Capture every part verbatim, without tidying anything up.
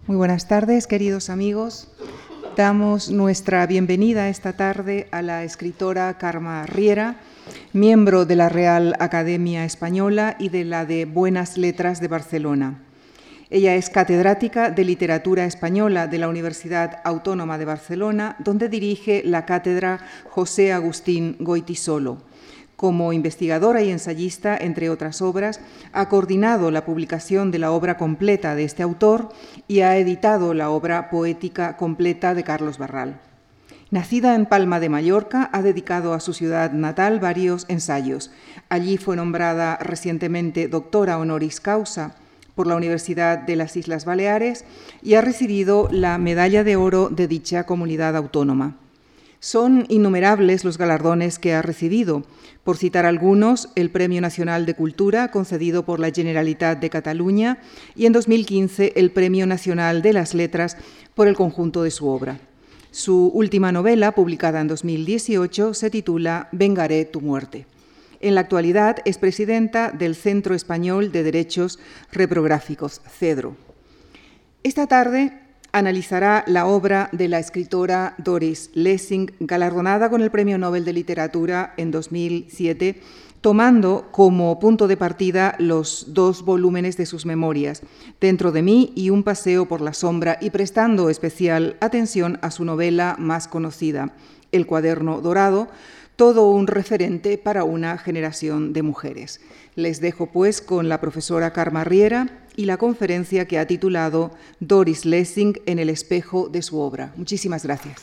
Muy buenas tardes, queridos amigos. Damos nuestra bienvenida esta tarde a la escritora Carme Riera, miembro de la Real Academia Española y de la de Buenas Letras de Barcelona. Ella es catedrática de Literatura Española de la Universidad Autónoma de Barcelona, donde dirige la cátedra José Agustín Goytisolo. Como investigadora y ensayista, entre otras obras, ha coordinado la publicación de la obra completa de este autor y ha editado la obra poética completa de Carlos Barral. Nacida en Palma de Mallorca, ha dedicado a su ciudad natal varios ensayos. Allí fue nombrada recientemente doctora honoris causa por la Universidad de las Islas Baleares y ha recibido la Medalla de Oro de dicha comunidad autónoma. Son innumerables los galardones que ha recibido. Por citar algunos, el Premio Nacional de Cultura, concedido por la Generalitat de Cataluña, y en dos mil quince el Premio Nacional de las Letras por el conjunto de su obra. Su última novela, publicada en dos mil dieciocho, se titula Vengaré tu muerte. En la actualidad es presidenta del Centro Español de Derechos Reprográficos, CEDRO. Esta tarde analizará la obra de la escritora Doris Lessing, galardonada con el Premio Nobel de Literatura en dos mil siete, tomando como punto de partida los dos volúmenes de sus memorias, Dentro de mí y Un paseo por la sombra, y prestando especial atención a su novela más conocida, El cuaderno dorado, todo un referente para una generación de mujeres. Les dejo pues con la profesora Carme Riera y la conferencia que ha titulado Doris Lessing en el espejo de su obra. Muchísimas gracias.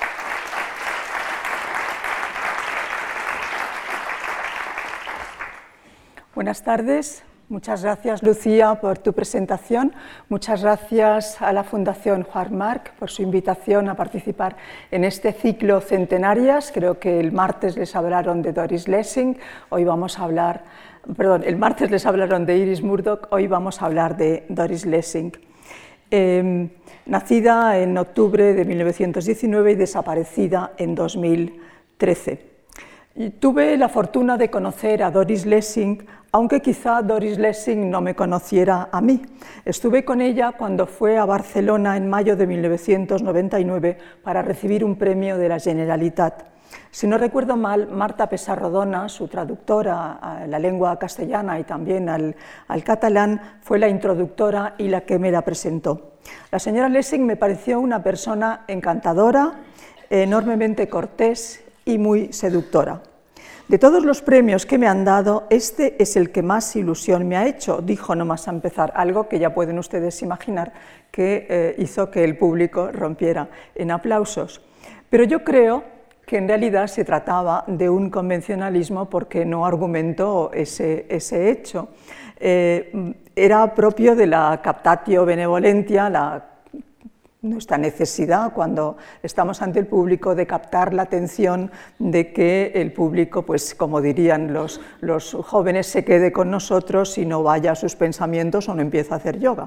Buenas tardes. Muchas gracias, Lucía, por tu presentación. Muchas gracias a la Fundación Juan March por su invitación a participar en este ciclo Centenarias. Creo que el martes les hablaron de Doris Lessing, hoy vamos a hablar, perdón, el martes les hablaron de Iris Murdoch, hoy vamos a hablar de Doris Lessing. Eh, nacida en octubre de mil novecientos diecinueve y desaparecida en dos mil trece. Y tuve la fortuna de conocer a Doris Lessing, aunque quizá Doris Lessing no me conociera a mí. Estuve con ella cuando fue a Barcelona en mayo de mil novecientos noventa y nueve para recibir un premio de la Generalitat. Si no recuerdo mal, Marta Pessarrodona, su traductora a la lengua castellana y también al, al catalán, fue la introductora y la que me la presentó. La señora Lessing me pareció una persona encantadora, enormemente cortés y muy seductora. De todos los premios que me han dado, este es el que más ilusión me ha hecho, dijo nomás a empezar, algo que ya pueden ustedes imaginar que eh, hizo que el público rompiera en aplausos. Pero yo creo que en realidad se trataba de un convencionalismo porque no argumentó ese, ese hecho. Eh, era propio de la captatio benevolentia, la nuestra necesidad cuando estamos ante el público de captar la atención, de que el público, pues como dirían los, los jóvenes, se quede con nosotros y no vaya a sus pensamientos o no empiece a hacer yoga.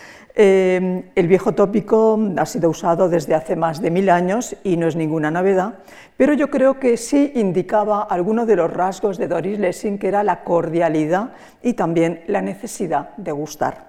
Eh, el viejo tópico ha sido usado desde hace más de mil años y no es ninguna novedad, pero yo creo que sí indicaba algunos de los rasgos de Doris Lessing, que era la cordialidad y también la necesidad de gustar.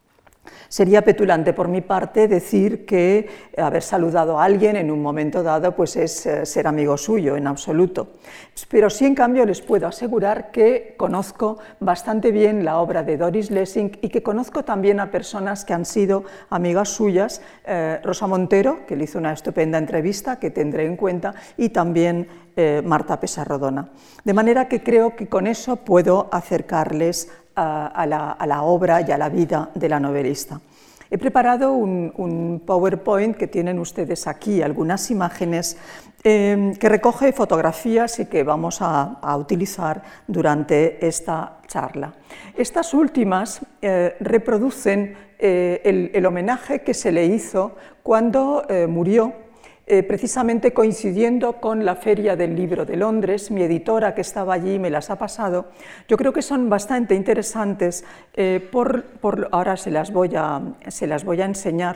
Sería petulante por mi parte decir que haber saludado a alguien en un momento dado pues es eh, ser amigo suyo, en absoluto. Pero sí, en cambio, les puedo asegurar que conozco bastante bien la obra de Doris Lessing y que conozco también a personas que han sido amigas suyas, eh, Rosa Montero, que le hizo una estupenda entrevista que tendré en cuenta, y también eh, Marta Pessarrodona. De manera que creo que con eso puedo acercarles A la, a la obra y a la vida de la novelista. He preparado un, un PowerPoint que tienen ustedes aquí, algunas imágenes eh, que recoge fotografías y que vamos a, a utilizar durante esta charla. Estas últimas eh, reproducen eh, el, el homenaje que se le hizo cuando eh, murió, Eh, precisamente coincidiendo con la Feria del Libro de Londres. Mi editora, que estaba allí, me las ha pasado. Yo creo que son bastante interesantes, eh, por, por, ahora se las, voy a, se las voy a enseñar.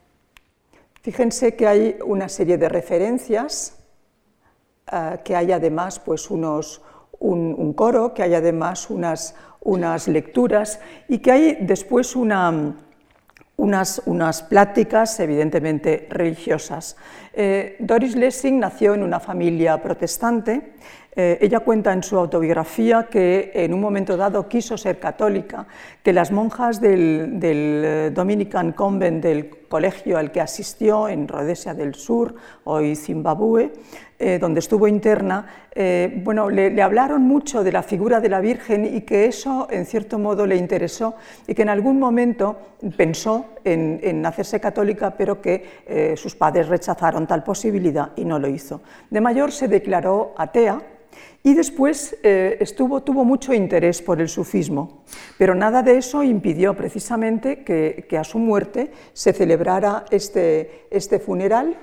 Fíjense que hay una serie de referencias, eh, que hay además pues, unos, un, un coro, que hay además unas, unas lecturas y que hay después una... unas, unas pláticas evidentemente religiosas. Eh, Doris Lessing nació en una familia protestante. Eh, ella cuenta en su autobiografía que en un momento dado quiso ser católica, que las monjas del, del Dominican Convent, del colegio al que asistió en Rodesia del Sur, hoy Zimbabue, eh, donde estuvo interna, eh, bueno, le, le hablaron mucho de la figura de la Virgen y que eso en cierto modo le interesó y que en algún momento pensó en, en hacerse católica, pero que eh, sus padres rechazaron tal posibilidad y no lo hizo. De mayor se declaró atea. Y después eh, estuvo, tuvo mucho interés por el sufismo, pero nada de eso impidió precisamente que, que a su muerte se celebrara este, este funeral,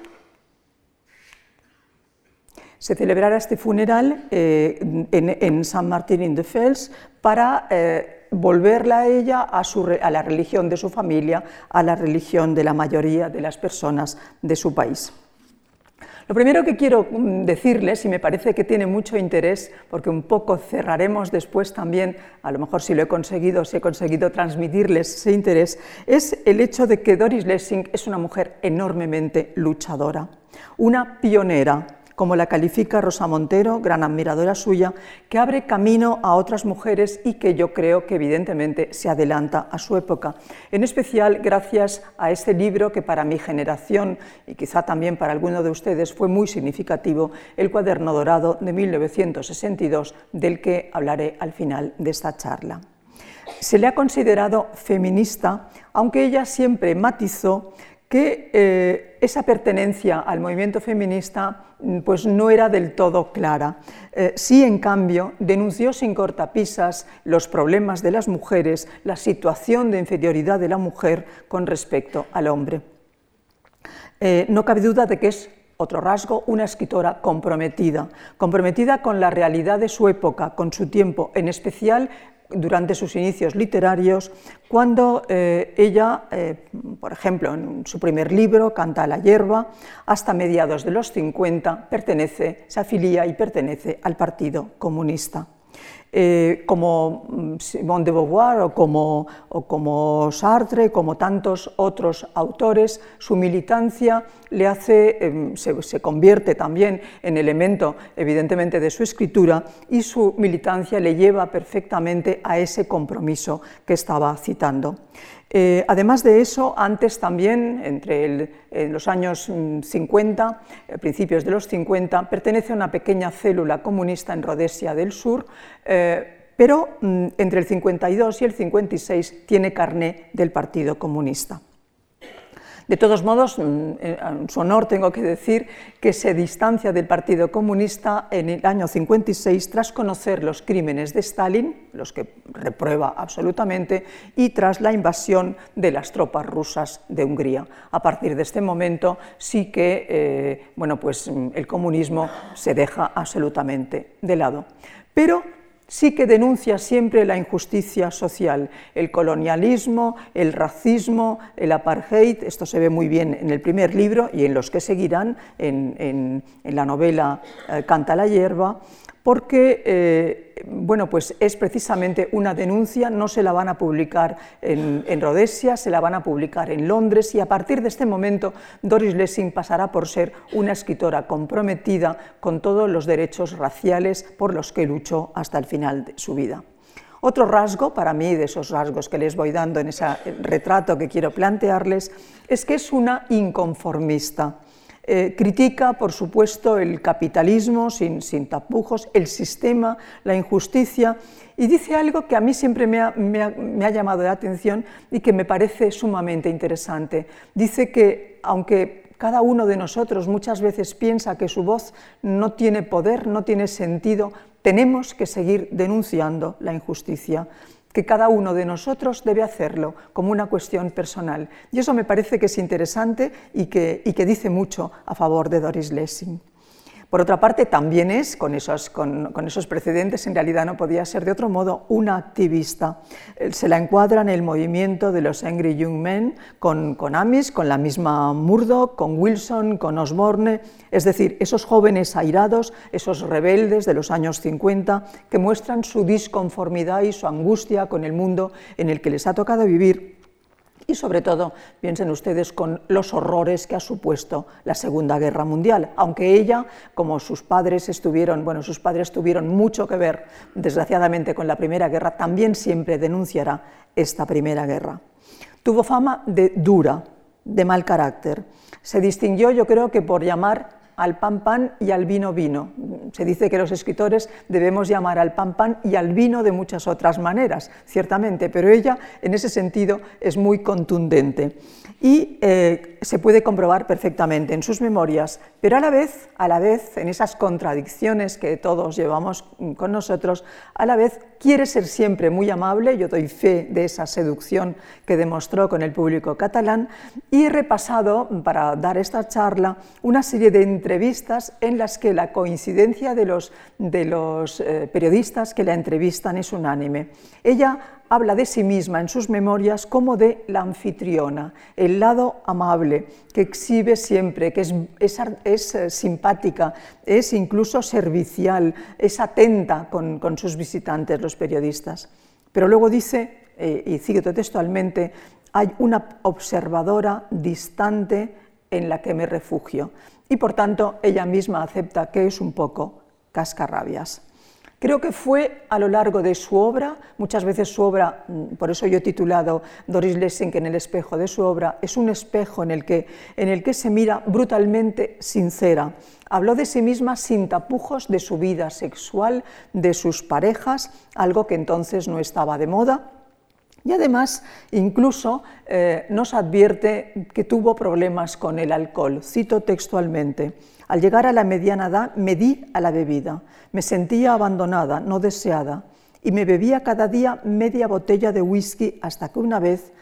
se celebrara este funeral eh, en, en San Martín-in-de-Fels para eh, volverla a ella a, su, a la religión de su familia, a la religión de la mayoría de las personas de su país. Lo primero que quiero decirles, y me parece que tiene mucho interés, porque un poco cerraremos después también, a lo mejor si lo he conseguido, si he conseguido transmitirles ese interés, es el hecho de que Doris Lessing es una mujer enormemente luchadora, una pionera, como la califica Rosa Montero, gran admiradora suya, que abre camino a otras mujeres y que yo creo que evidentemente se adelanta a su época. En especial gracias a este libro que para mi generación y quizá también para alguno de ustedes fue muy significativo, El cuaderno dorado de mil novecientos sesenta y dos, del que hablaré al final de esta charla. Se le ha considerado feminista, aunque ella siempre matizó que eh, esa pertenencia al movimiento feminista pues no era del todo clara. Eh, sí, en cambio, denunció sin cortapisas los problemas de las mujeres, la situación de inferioridad de la mujer con respecto al hombre. Eh, no cabe duda de que es otro rasgo, una escritora comprometida, comprometida con la realidad de su época, con su tiempo, en especial durante sus inicios literarios, cuando eh, ella, eh, por ejemplo, en su primer libro, Canta a la hierba, hasta mediados de los cincuenta, pertenece, se afilía y pertenece al Partido Comunista. Eh, como Simone de Beauvoir o como, o como Sartre, como tantos otros autores, su militancia le hace, eh, se, se convierte también en elemento evidentemente de su escritura y su militancia le lleva perfectamente a ese compromiso que estaba citando. Eh, además de eso, antes también, entre el, en los años cincuenta, eh, principios de los cincuenta, pertenece a una pequeña célula comunista en Rodesia del Sur, eh, pero mm, entre el cincuenta y dos y el cincuenta y seis tiene carné del Partido Comunista. De todos modos, en su honor tengo que decir que se distancia del Partido Comunista en el año cincuenta y seis tras conocer los crímenes de Stalin, los que reprueba absolutamente, y tras la invasión de las tropas rusas de Hungría. A partir de este momento sí que eh, bueno, pues, el comunismo se deja absolutamente de lado. Pero sí que denuncia siempre la injusticia social, el colonialismo, el racismo, el apartheid. Esto se ve muy bien en el primer libro y en los que seguirán, en, en, en la novela eh, Canta la hierba, porque eh, bueno, pues es precisamente una denuncia. No se la van a publicar en, en Rodesia, se la van a publicar en Londres, y a partir de este momento Doris Lessing pasará por ser una escritora comprometida con todos los derechos raciales por los que luchó hasta el final de su vida. Otro rasgo, para mí, de esos rasgos que les voy dando en ese retrato que quiero plantearles, es que es una inconformista. Eh, critica, por supuesto, el capitalismo sin, sin tapujos, el sistema, la injusticia, y dice algo que a mí siempre me ha, me ha, me ha llamado la atención y que me parece sumamente interesante. Dice que, aunque cada uno de nosotros muchas veces piensa que su voz no tiene poder, no tiene sentido, tenemos que seguir denunciando la injusticia, que cada uno de nosotros debe hacerlo como una cuestión personal. Y eso me parece que es interesante y que, y que dice mucho a favor de Doris Lessing. Por otra parte, también es, con esos, con, con esos precedentes, en realidad no podía ser de otro modo, una activista. Se la encuadra en el movimiento de los Angry Young Men, con, con Amis, con la misma Murdoch, con Wilson, con Osborne, es decir, esos jóvenes airados, esos rebeldes de los años cincuenta, que muestran su disconformidad y su angustia con el mundo en el que les ha tocado vivir, Y sobre todo, piensen ustedes con los horrores que ha supuesto la Segunda Guerra Mundial, aunque ella, como sus padres estuvieron, bueno, sus padres tuvieron mucho que ver, desgraciadamente, con la Primera Guerra, también siempre denunciará esta Primera Guerra. Tuvo fama de dura, de mal carácter. Se distinguió, yo creo, que por llamar al pan pan y al vino vino. Se dice que los escritores debemos llamar al pan pan y al vino de muchas otras maneras, ciertamente, pero ella en ese sentido es muy contundente y eh, se puede comprobar perfectamente en sus memorias, pero a la vez, a la vez, en esas contradicciones que todos llevamos con nosotros, a la vez quiere ser siempre muy amable. Yo doy fe de esa seducción que demostró con el público catalán, y he repasado, para dar esta charla, una serie de entrevistas en las que la coincidencia de los, de los eh, periodistas que la entrevistan es unánime. Ella habla de sí misma en sus memorias como de la anfitriona, el lado amable, que exhibe siempre, que es, es, es eh, simpática, es incluso servicial, es atenta con, con sus visitantes, los periodistas. Pero luego dice, eh, y cito textualmente, hay una observadora distante en la que me refugio. Y por tanto ella misma acepta que es un poco cascarrabias. Creo que fue a lo largo de su obra, muchas veces su obra, por eso yo he titulado Doris Lessing en el espejo de su obra, es un espejo en el que, en el que se mira brutalmente sincera. Habló de sí misma sin tapujos de su vida sexual, de sus parejas, algo que entonces no estaba de moda. Y además, incluso eh, nos advierte que tuvo problemas con el alcohol. Cito textualmente: al llegar a la mediana edad me di a la bebida, me sentía abandonada, no deseada, y me bebía cada día media botella de whisky hasta que una vez,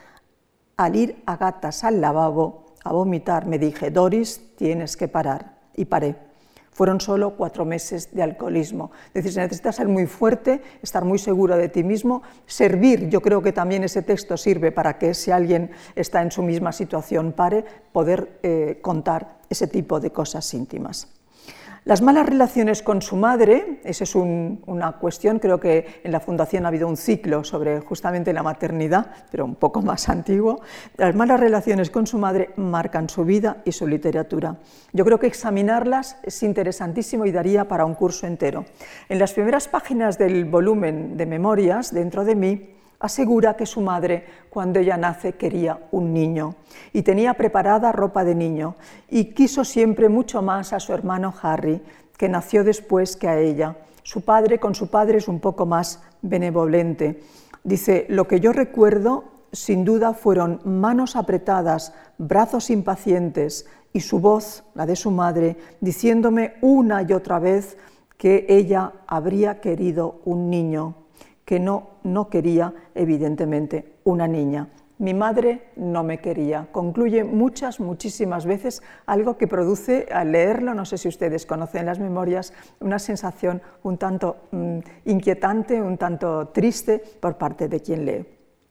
al ir a gatas al lavabo a vomitar, me dije: Doris, tienes que parar. Y paré. Fueron solo cuatro meses de alcoholismo. Es decir, se necesita ser muy fuerte, estar muy seguro de ti mismo, servir. Yo creo que también ese texto sirve para que, si alguien está en su misma situación, pare, poder eh, contar ese tipo de cosas íntimas. Las malas relaciones con su madre, esa es un, una cuestión, creo que en la Fundación ha habido un ciclo sobre justamente la maternidad, pero un poco más antiguo. Las malas relaciones con su madre marcan su vida y su literatura. Yo creo que examinarlas es interesantísimo y daría para un curso entero. En las primeras páginas del volumen de memorias, Dentro de mí, asegura que su madre, cuando ella nace, quería un niño y tenía preparada ropa de niño, y quiso siempre mucho más a su hermano Harry, que nació después que a ella. Su padre, con su padre, es un poco más benevolente. Dice: lo que yo recuerdo, sin duda, fueron manos apretadas, brazos impacientes y su voz, la de su madre, diciéndome una y otra vez que ella habría querido un niño, que no, no quería, evidentemente, una niña. Mi madre no me quería. Concluye muchas, muchísimas veces, algo que produce, al leerlo, no sé si ustedes conocen las memorias, una sensación un tanto mmm, inquietante, un tanto triste por parte de quien lee.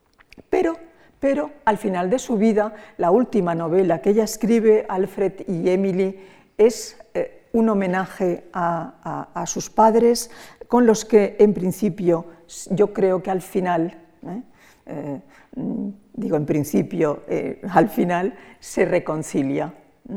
Pero, pero, al final de su vida, la última novela que ella escribe, Alfred y Emily, es eh, un homenaje a, a, a sus padres, con los que, en principio, yo creo que al final, ¿eh? Eh, digo en principio, eh, al final se reconcilia.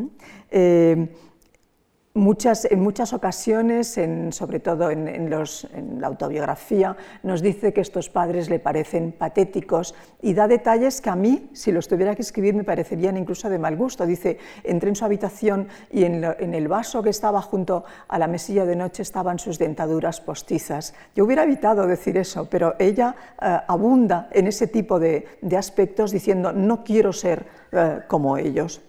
Eh, muchas, en muchas ocasiones, en, sobre todo en, en, los, en la autobiografía, nos dice que estos padres le parecen patéticos y da detalles que a mí, si los tuviera que escribir, me parecerían incluso de mal gusto. Dice: entré en su habitación y en, lo, en el vaso que estaba junto a la mesilla de noche estaban sus dentaduras postizas. Yo hubiera evitado decir eso, pero ella eh, abunda en ese tipo de, de aspectos, diciendo: no quiero ser eh, como ellos.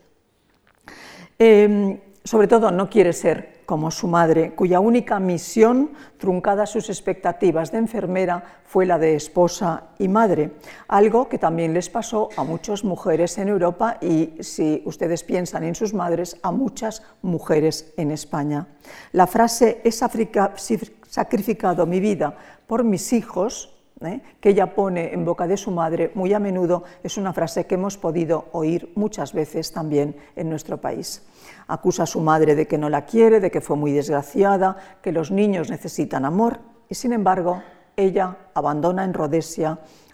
Eh, Sobre todo no quiere ser como su madre, cuya única misión, truncada sus expectativas de enfermera, fue la de esposa y madre, algo que también les pasó a muchas mujeres en Europa y, si ustedes piensan en sus madres, a muchas mujeres en España. La frase «he sacrificado mi vida por mis hijos», ¿eh?, que ella pone en boca de su madre muy a menudo, es una frase que hemos podido oír muchas veces también en nuestro país. Acusa a su madre de que no la quiere, de que fue muy desgraciada, que los niños necesitan amor, y sin embargo ella abandona en Rhodesia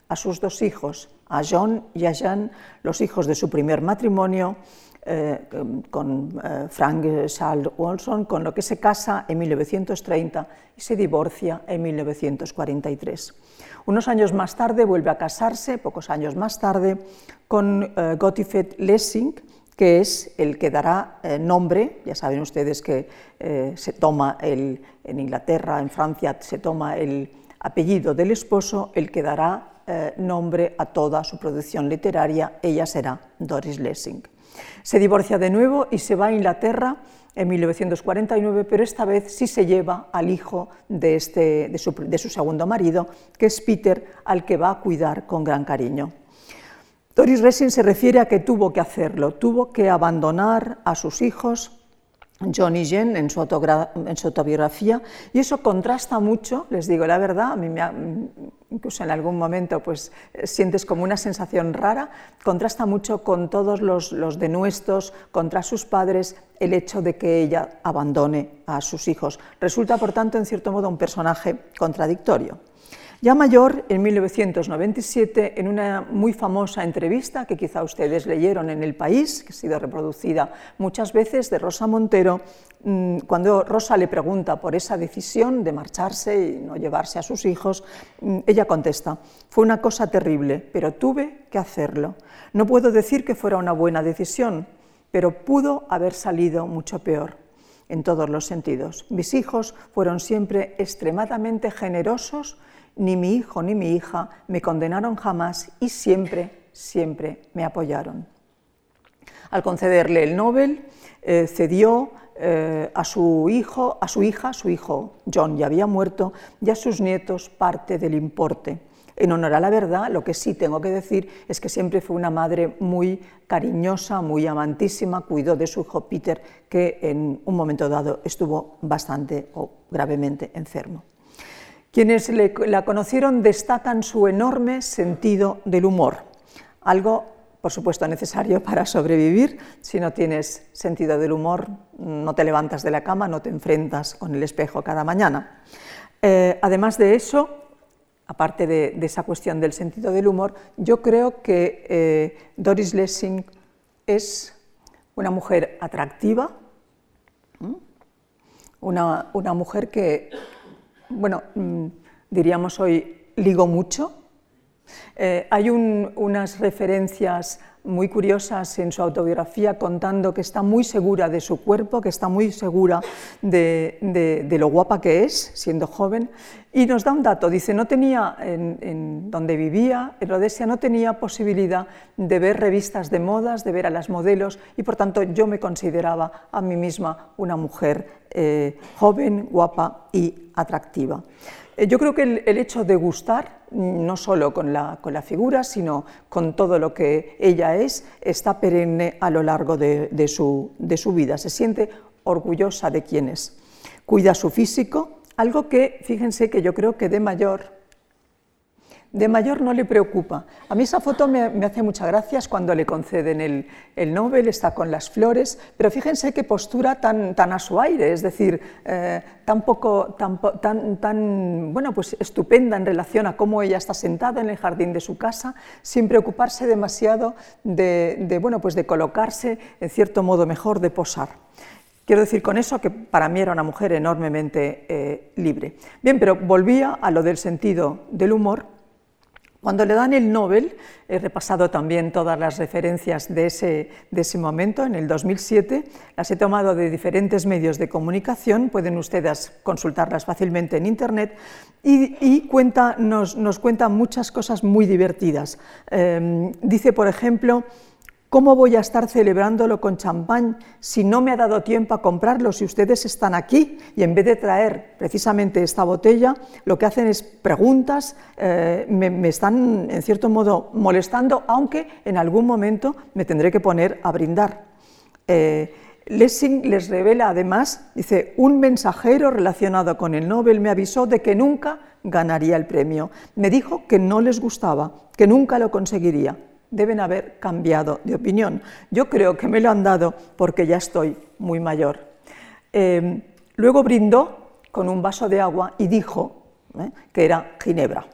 a sus dos hijos, a John y a Jean, los hijos de su primer matrimonio, eh, con eh, Frank Charles Wilson, con lo que se casa en mil novecientos treinta y se divorcia en mil novecientos cuarenta y tres. Unos años más tarde vuelve a casarse, pocos años más tarde, con eh, Gottfried Lessing, que es el que dará eh, nombre, ya saben ustedes que eh, se toma el, en Inglaterra, en Francia, se toma el apellido del esposo, el que dará eh, nombre a toda su producción literaria, ella será Doris Lessing. Se divorcia de nuevo y se va a Inglaterra en mil novecientos cuarenta y nueve, pero esta vez sí se lleva al hijo de, este, de, su, de su segundo marido, que es Peter, al que va a cuidar con gran cariño. Doris Lessing se refiere a que tuvo que hacerlo, tuvo que abandonar a sus hijos, John y Jean, en su, en su autobiografía, y eso contrasta mucho, les digo la verdad, a mí me ha, incluso en algún momento pues, sientes como una sensación rara, contrasta mucho con todos los, los denuestos contra sus padres, el hecho de que ella abandone a sus hijos. Resulta, por tanto, en cierto modo, un personaje contradictorio. Ya mayor, en mil novecientos noventa y siete, en una muy famosa entrevista que quizá ustedes leyeron en El País, que ha sido reproducida muchas veces, de Rosa Montero, cuando Rosa le pregunta por esa decisión de marcharse y no llevarse a sus hijos, ella contesta: fue una cosa terrible, pero tuve que hacerlo. No puedo decir que fuera una buena decisión, pero pudo haber salido mucho peor, en todos los sentidos. Mis hijos fueron siempre extremadamente generosos. Ni mi hijo ni mi hija me condenaron jamás y siempre, siempre me apoyaron. Al concederle el Nobel, eh, cedió eh, a su hijo, a su hija, su hijo John ya había muerto, y a sus nietos parte del importe. En honor a la verdad, lo que sí tengo que decir es que siempre fue una madre muy cariñosa, muy amantísima, cuidó de su hijo Peter, que en un momento dado estuvo bastante o gravemente enfermo. Quienes le, la conocieron destacan su enorme sentido del humor, algo, por supuesto, necesario para sobrevivir. Si no tienes sentido del humor, no te levantas de la cama, no te enfrentas con el espejo cada mañana. Eh, además de eso, aparte de, de esa cuestión del sentido del humor, yo creo que eh, Doris Lessing es una mujer atractiva, ¿Mm? una, una mujer que... Bueno, diríamos hoy, ligó mucho. Eh, hay un, unas referencias muy curiosas en su autobiografía contando que está muy segura de su cuerpo, que está muy segura de, de, de lo guapa que es, siendo joven, y nos da un dato, dice, no tenía, en, en donde vivía, en Rhodesia, no tenía posibilidad de ver revistas de modas, de ver a las modelos, y por tanto yo me consideraba a mí misma una mujer eh, joven, guapa y atractiva. Yo creo que el, el hecho de gustar, no solo con la, con la figura, sino con todo lo que ella es, está perenne a lo largo de, de, su, de su vida. Se siente orgullosa de quién es. Cuida su físico, algo que, fíjense que yo creo que de mayor, de mayor no le preocupa. A mí esa foto me, me hace muchas gracias cuando le conceden el, el Nobel, está con las flores, pero fíjense qué postura tan, tan a su aire, es decir, eh, tan, poco, tan, tan, tan bueno, pues estupenda en relación a cómo ella está sentada en el jardín de su casa, sin preocuparse demasiado de, de, bueno, pues de colocarse en cierto modo mejor, de posar. Quiero decir con eso que para mí era una mujer enormemente eh, libre. Bien, pero volvía a lo del sentido del humor. Cuando le dan el Nobel, he repasado también todas las referencias de ese, de ese momento, en el dos mil siete, las he tomado de diferentes medios de comunicación, pueden ustedes consultarlas fácilmente en internet, y, y cuenta, nos, nos cuenta muchas cosas muy divertidas. Eh, dice, por ejemplo, ¿cómo voy a estar celebrándolo con champán si no me ha dado tiempo a comprarlo, si ustedes están aquí? Y en vez de traer precisamente esta botella, lo que hacen es preguntas, eh, me, me están en cierto modo molestando, aunque en algún momento me tendré que poner a brindar. Eh, Lessing les revela además, dice, un mensajero relacionado con el Nobel me avisó de que nunca ganaría el premio. Me dijo que no les gustaba, que nunca lo conseguiría. Deben haber cambiado de opinión. Yo creo que me lo han dado porque ya estoy muy mayor. Eh, luego brindó con un vaso de agua y dijo eh, que era ginebra.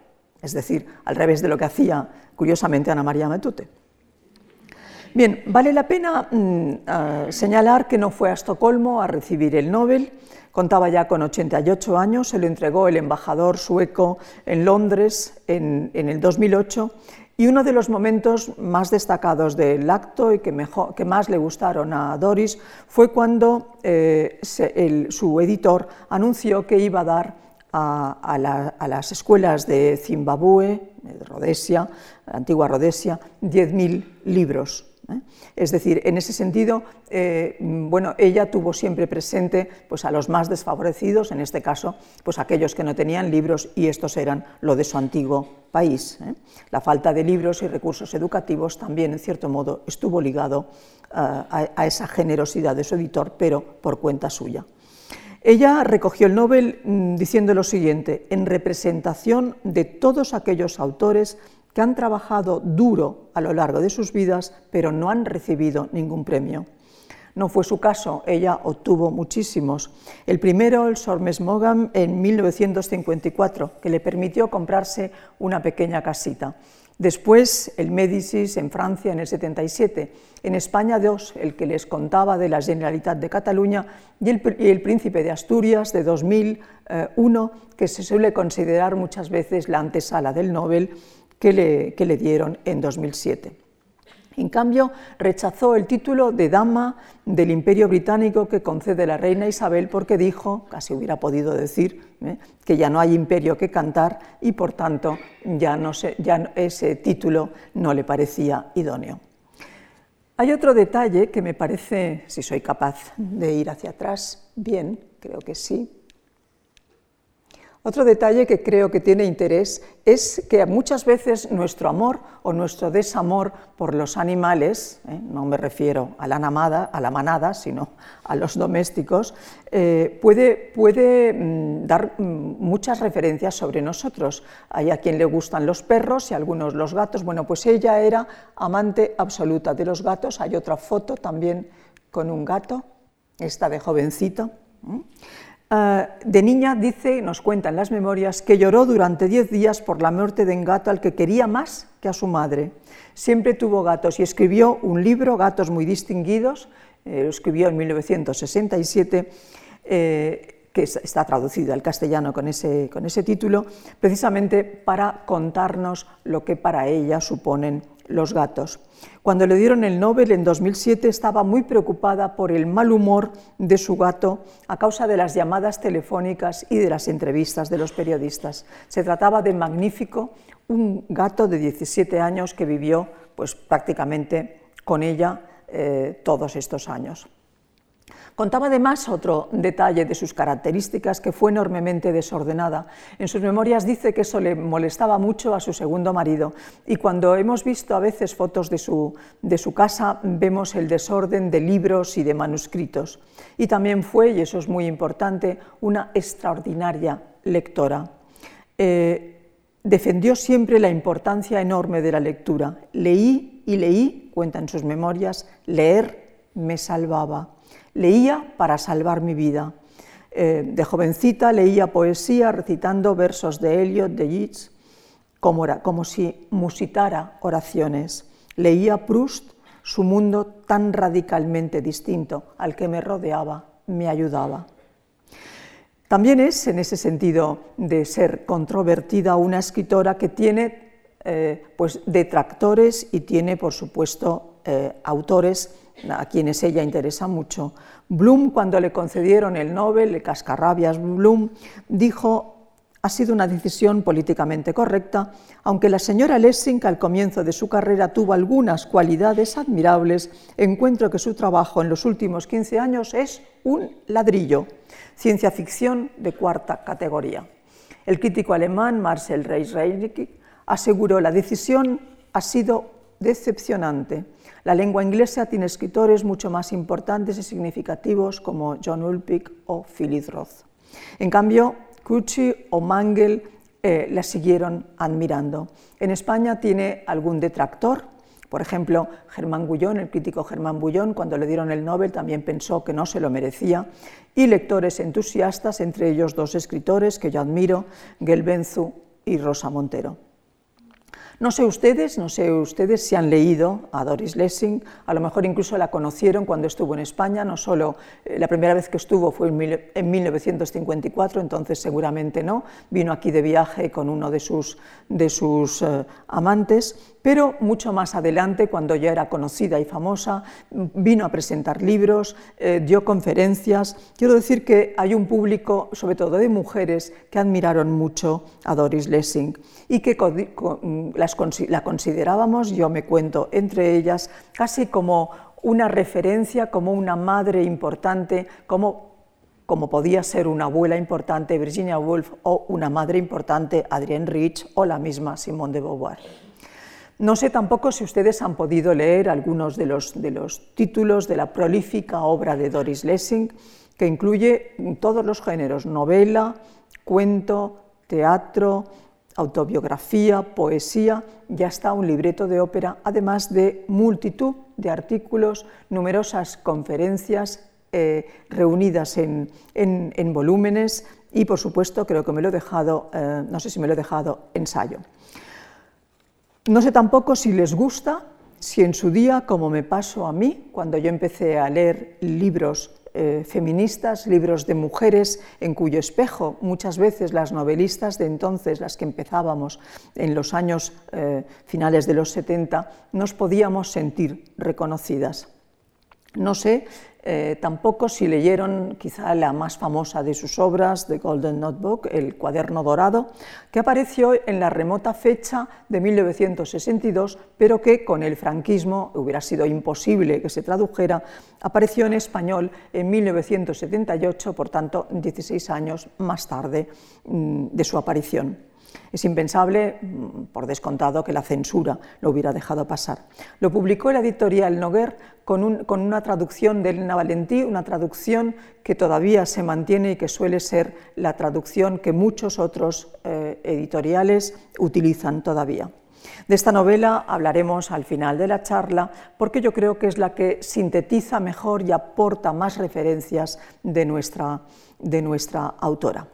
es decir, al revés de lo que hacía, curiosamente, Ana María Matute. Bien, vale la pena mm, uh, señalar que no fue a Estocolmo a recibir el Nobel, contaba ya con ochenta y ocho años, se lo entregó el embajador sueco en Londres en, en el dos mil ocho, y uno de los momentos más destacados del acto y que, mejor, que más le gustaron a Doris fue cuando eh, se, el, su editor anunció que iba a dar a, a, la, a las escuelas de Zimbabue, de Rodesia, antigua Rodesia, diez mil libros. ¿eh? Es decir, en ese sentido, eh, bueno, ella tuvo siempre presente pues, a los más desfavorecidos, en este caso, pues aquellos que no tenían libros, y estos eran lo de su antiguo país. ¿eh? La falta de libros y recursos educativos también, en cierto modo, estuvo ligado uh, a, a esa generosidad de su editor, pero por cuenta suya. Ella recogió el Nobel mmm, diciendo lo siguiente: en representación de todos aquellos autores que han trabajado duro a lo largo de sus vidas, pero no han recibido ningún premio. No fue su caso, ella obtuvo muchísimos. El primero, el Sormes Mogam, en mil novecientos cincuenta y cuatro, que le permitió comprarse una pequeña casita. Después, el Médicis en Francia en el setenta y siete. En España, dos, el que les contaba de la Generalitat de Cataluña, y el, y el Príncipe de Asturias de dos mil uno, que se suele considerar muchas veces la antesala del Nobel, que le, que le dieron en dos mil siete. En cambio, rechazó el título de Dama del Imperio Británico que concede la reina Isabel porque dijo, casi hubiera podido decir, ¿eh? que ya no hay imperio que cantar y por tanto ya, no se, ya ese título no le parecía idóneo. Hay otro detalle que me parece, si soy capaz de ir hacia atrás, bien, creo que sí. Otro detalle que creo que tiene interés es que muchas veces nuestro amor o nuestro desamor por los animales, ¿eh? no me refiero a la, namada, a la manada, sino a los domésticos, eh, puede, puede mm, dar mm, muchas referencias sobre nosotros. Hay a quien le gustan los perros y a algunos los gatos. Bueno, pues ella era amante absoluta de los gatos. Hay otra foto también con un gato, esta de jovencito. ¿eh? Uh, de niña, dice, nos cuentan las memorias, que lloró durante diez días por la muerte de un gato al que quería más que a su madre. Siempre tuvo gatos y escribió un libro, Gatos muy distinguidos, eh, lo escribió en mil novecientos sesenta y siete, eh, que está traducido al castellano con ese, con ese título, precisamente para contarnos lo que para ella suponen los gatos. Cuando le dieron el Nobel en dos mil siete estaba muy preocupada por el mal humor de su gato a causa de las llamadas telefónicas y de las entrevistas de los periodistas. Se trataba de Magnífico, un gato de diecisiete años que vivió pues, prácticamente con ella eh, todos estos años. Contaba además otro detalle de sus características, que fue enormemente desordenada. En sus memorias dice que eso le molestaba mucho a su segundo marido, y cuando hemos visto a veces fotos de su, de su casa vemos el desorden de libros y de manuscritos. Y también fue, y eso es muy importante, una extraordinaria lectora. Eh, defendió siempre la importancia enorme de la lectura. Leí y leí, cuenta en sus memorias, leer me salvaba. Leía para salvar mi vida. Eh, de jovencita leía poesía recitando versos de Eliot, de Yeats, como, era, como si musitara oraciones. Leía Proust, su mundo tan radicalmente distinto al que me rodeaba, me ayudaba. También es, en ese sentido de ser controvertida, una escritora que tiene eh, pues, detractores y tiene, por supuesto, eh, autores a quienes ella interesa mucho. Bloom, cuando le concedieron el Nobel, el cascarrabias Bloom, dijo: ha sido una decisión políticamente correcta, aunque la señora Lessing al comienzo de su carrera tuvo algunas cualidades admirables, encuentro que su trabajo en los últimos quince años es un ladrillo, ciencia ficción de cuarta categoría. El crítico alemán Marcel Reis-Reinecke aseguró: la decisión ha sido decepcionante. La lengua inglesa tiene escritores mucho más importantes y significativos como John Ulpich o Philip Roth. En cambio, Cucci o Mangel eh, la siguieron admirando. En España tiene algún detractor, por ejemplo, Germán Gullón, el crítico Germán Gullón, cuando le dieron el Nobel también pensó que no se lo merecía, y lectores entusiastas, entre ellos dos escritores que yo admiro, Gelbenzu y Rosa Montero. No sé ustedes, no sé ustedes si han leído a Doris Lessing, a lo mejor incluso la conocieron cuando estuvo en España, no solo eh, la primera vez que estuvo fue en, mil, en mil novecientos cincuenta y cuatro, entonces seguramente no, vino aquí de viaje con uno de sus, de sus eh, amantes, pero mucho más adelante, cuando ya era conocida y famosa, vino a presentar libros, eh, dio conferencias. Quiero decir que hay un público, sobre todo de mujeres, que admiraron mucho a Doris Lessing y que las, la considerábamos, yo me cuento entre ellas, casi como una referencia, como una madre importante, como como podía ser una abuela importante Virginia Woolf o una madre importante Adrienne Rich o la misma Simone de Beauvoir. No sé tampoco si ustedes han podido leer algunos de los, de los títulos de la prolífica obra de Doris Lessing, que incluye todos los géneros: novela, cuento, teatro, autobiografía, poesía, ya está un libreto de ópera, además de multitud de artículos, numerosas conferencias eh, reunidas en, en, en volúmenes y, por supuesto, creo que me lo he dejado, eh, no sé si me lo he dejado, ensayo. No sé tampoco si les gusta, si en su día, como me pasó a mí, cuando yo empecé a leer libros eh, feministas, libros de mujeres en cuyo espejo muchas veces las novelistas de entonces, las que empezábamos en los años eh, finales de los setenta, nos podíamos sentir reconocidas. No sé eh, tampoco si leyeron quizá la más famosa de sus obras, The Golden Notebook, El cuaderno dorado, que apareció en la remota fecha de mil novecientos sesenta y dos, pero que con el franquismo hubiera sido imposible que se tradujera, apareció en español en mil novecientos setenta y ocho, por tanto, dieciséis años más tarde mmm, de su aparición. Es impensable, por descontado, que la censura lo hubiera dejado pasar. Lo publicó la editorial Noguer con, un, con una traducción de Elena Valentí, una traducción que todavía se mantiene y que suele ser la traducción que muchos otros eh, editoriales utilizan todavía. De esta novela hablaremos al final de la charla, porque yo creo que es la que sintetiza mejor y aporta más referencias de nuestra, de nuestra autora.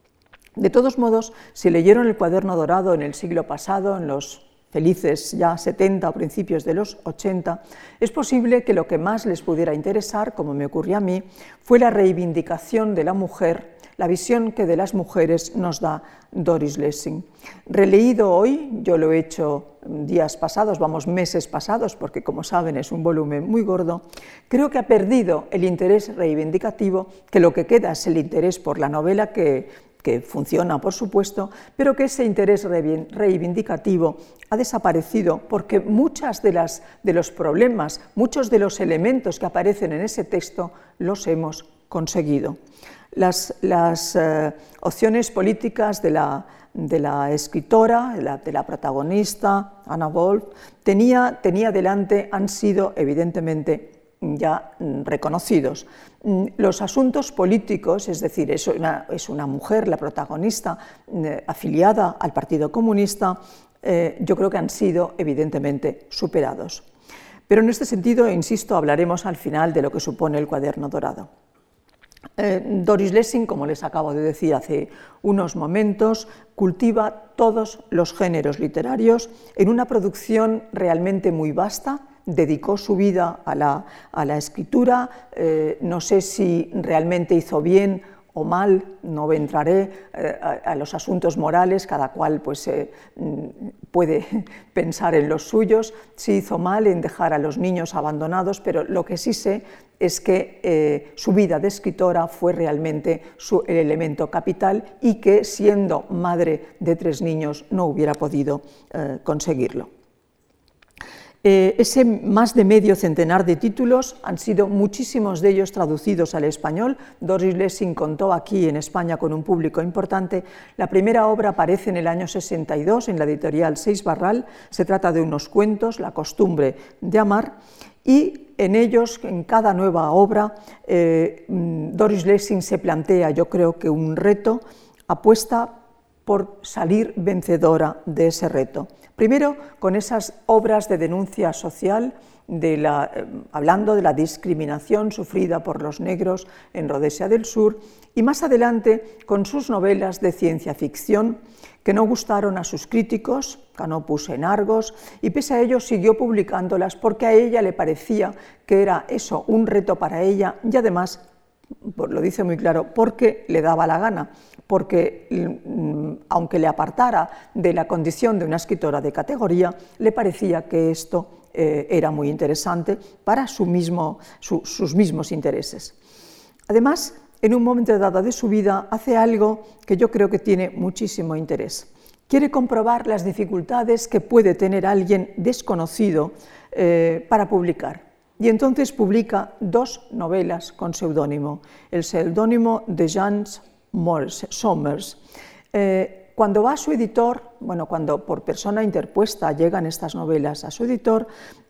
De todos modos, si leyeron El cuaderno dorado en el siglo pasado, en los felices ya setenta o principios de los ochenta, es posible que lo que más les pudiera interesar, como me ocurrió a mí, fue la reivindicación de la mujer, la visión que de las mujeres nos da Doris Lessing. Releído hoy, yo lo he hecho días pasados, vamos, meses pasados, porque como saben es un volumen muy gordo, creo que ha perdido el interés reivindicativo, que lo que queda es el interés por la novela que que funciona, por supuesto, pero que ese interés reivindicativo ha desaparecido porque muchas de, las, de los problemas, muchos de los elementos que aparecen en ese texto los hemos conseguido. Las, las eh, opciones políticas de la, de la escritora, de la, de la protagonista, Anna Wolf, tenía, tenía delante, han sido evidentemente ya reconocidos. Los asuntos políticos, es decir, es una, es una mujer, la protagonista, eh, afiliada al Partido Comunista, eh, yo creo que han sido evidentemente superados. Pero en este sentido, insisto, hablaremos al final de lo que supone El cuaderno dorado. Eh, Doris Lessing, como les acabo de decir hace unos momentos, cultiva todos los géneros literarios en una producción realmente muy vasta. Dedicó su vida a la, a la escritura, eh, no sé si realmente hizo bien o mal, no entraré eh, a, a los asuntos morales, cada cual pues, eh, puede pensar en los suyos, si hizo mal en dejar a los niños abandonados, pero lo que sí sé es que eh, su vida de escritora fue realmente su, el elemento capital y que siendo madre de tres niños no hubiera podido eh, conseguirlo. Eh, ese más de medio centenar de títulos han sido muchísimos de ellos traducidos al español. Doris Lessing contó aquí en España con un público importante. La primera obra aparece en el año sesenta y dos en la editorial Seix Barral. Se trata de unos cuentos, La costumbre de amar, y en ellos, en cada nueva obra, eh, Doris Lessing se plantea, yo creo que un reto, apuesta por salir vencedora de ese reto. Primero, con esas obras de denuncia social, de la, eh, hablando de la discriminación sufrida por los negros en Rodesia del Sur, y más adelante con sus novelas de ciencia ficción, que no gustaron a sus críticos, Canopus en Argos, y pese a ello siguió publicándolas porque a ella le parecía que era eso, un reto para ella, y además, lo dice muy claro, porque le daba la gana, porque aunque le apartara de la condición de una escritora de categoría, le parecía que esto eh, era muy interesante para su mismo, su, sus mismos intereses. Además, en un momento dado de su vida, hace algo que yo creo que tiene muchísimo interés. Quiere comprobar las dificultades que puede tener alguien desconocido eh, para publicar. Y entonces publica dos novelas con seudónimo, el seudónimo de Jean Somers. Eh, cuando va a su editor, bueno, cuando por persona interpuesta llegan estas novelas a su editor,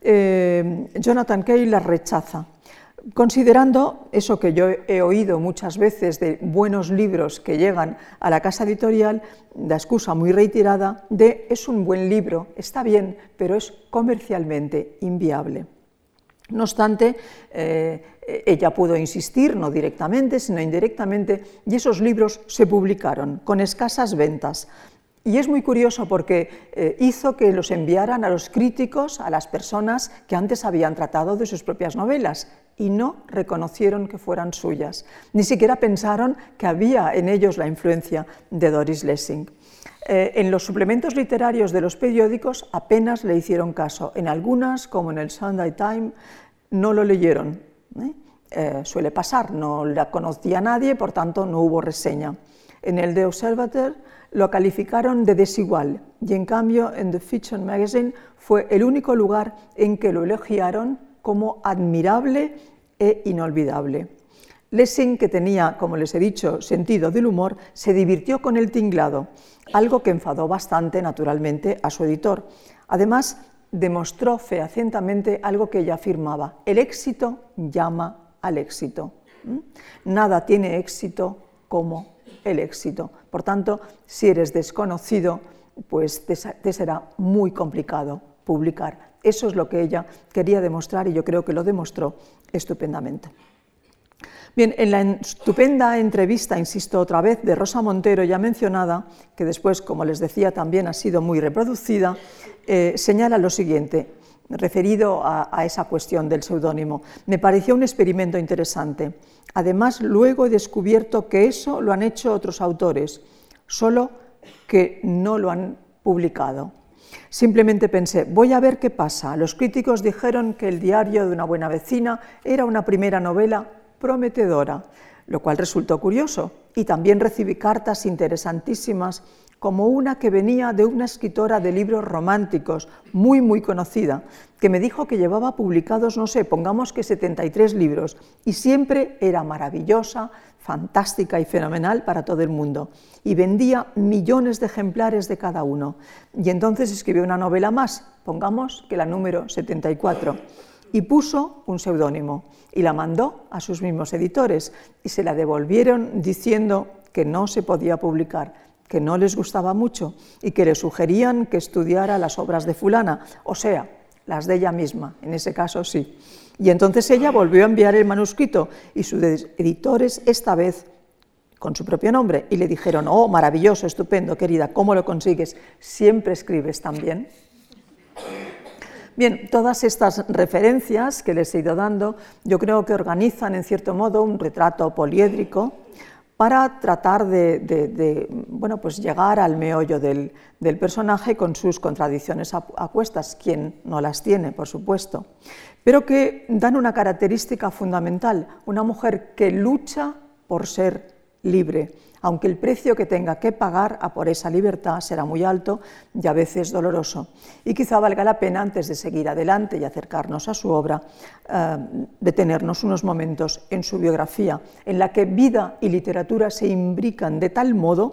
eh, Jonathan Kay las rechaza, considerando eso que yo he oído muchas veces de buenos libros que llegan a la casa editorial, la excusa muy reiterada de es un buen libro, está bien, pero es comercialmente inviable. No obstante, eh, ella pudo insistir, no directamente, sino indirectamente, y esos libros se publicaron con escasas ventas. Y es muy curioso porque eh, hizo que los enviaran a los críticos, a las personas que antes habían tratado de sus propias novelas, y no reconocieron que fueran suyas. Ni siquiera pensaron que había en ellos la influencia de Doris Lessing. Eh, en los suplementos literarios de los periódicos apenas le hicieron caso. En algunas, como en el Sunday Times, no lo leyeron. ¿eh? Eh, suele pasar, no la conocía nadie, por tanto no hubo reseña. En el The Observer lo calificaron de desigual y en cambio en The Fiction Magazine fue el único lugar en que lo elogiaron como admirable e inolvidable. Lessing, que tenía, como les he dicho, sentido del humor, se divirtió con el tinglado, algo que enfadó bastante, naturalmente, a su editor. Además, demostró fehacientemente algo que ella afirmaba: el éxito llama al éxito. ¿Mm? Nada tiene éxito como el éxito. Por tanto, si eres desconocido, pues te, te será muy complicado publicar. Eso es lo que ella quería demostrar y yo creo que lo demostró estupendamente. Bien, en la estupenda entrevista, insisto otra vez, de Rosa Montero ya mencionada, que después, como les decía, también ha sido muy reproducida, eh, señala lo siguiente, referido a, a esa cuestión del seudónimo. Me pareció un experimento interesante. Además, luego he descubierto que eso lo han hecho otros autores, solo que no lo han publicado. Simplemente pensé, voy a ver qué pasa. Los críticos dijeron que El diario de una buena vecina era una primera novela prometedora, lo cual resultó curioso, y también recibí cartas interesantísimas, como una que venía de una escritora de libros románticos muy muy conocida, que me dijo que llevaba publicados, no sé, pongamos que setenta y tres libros, y siempre era maravillosa, fantástica y fenomenal para todo el mundo, y vendía millones de ejemplares de cada uno. Y entonces escribió una novela más, pongamos que la número setenta y cuatro, y puso un seudónimo, y la mandó a sus mismos editores, y se la devolvieron diciendo que no se podía publicar, que no les gustaba mucho, y que le sugerían que estudiara las obras de fulana, o sea, las de ella misma, en ese caso sí. Y entonces ella volvió a enviar el manuscrito, y sus editores, esta vez con su propio nombre, y le dijeron, oh, maravilloso, estupendo, querida, ¿cómo lo consigues? ¿Siempre escribes tan bien? Bien, todas estas referencias que les he ido dando, yo creo que organizan en cierto modo un retrato poliédrico para tratar de, de, de bueno, pues llegar al meollo del, del personaje con sus contradicciones acuestas, quien no las tiene, por supuesto, pero que dan una característica fundamental, una mujer que lucha por ser libre, aunque el precio que tenga que pagar a por esa libertad será muy alto y a veces doloroso. Y quizá valga la pena, antes de seguir adelante y acercarnos a su obra, eh, detenernos unos momentos en su biografía, en la que vida y literatura se imbrican de tal modo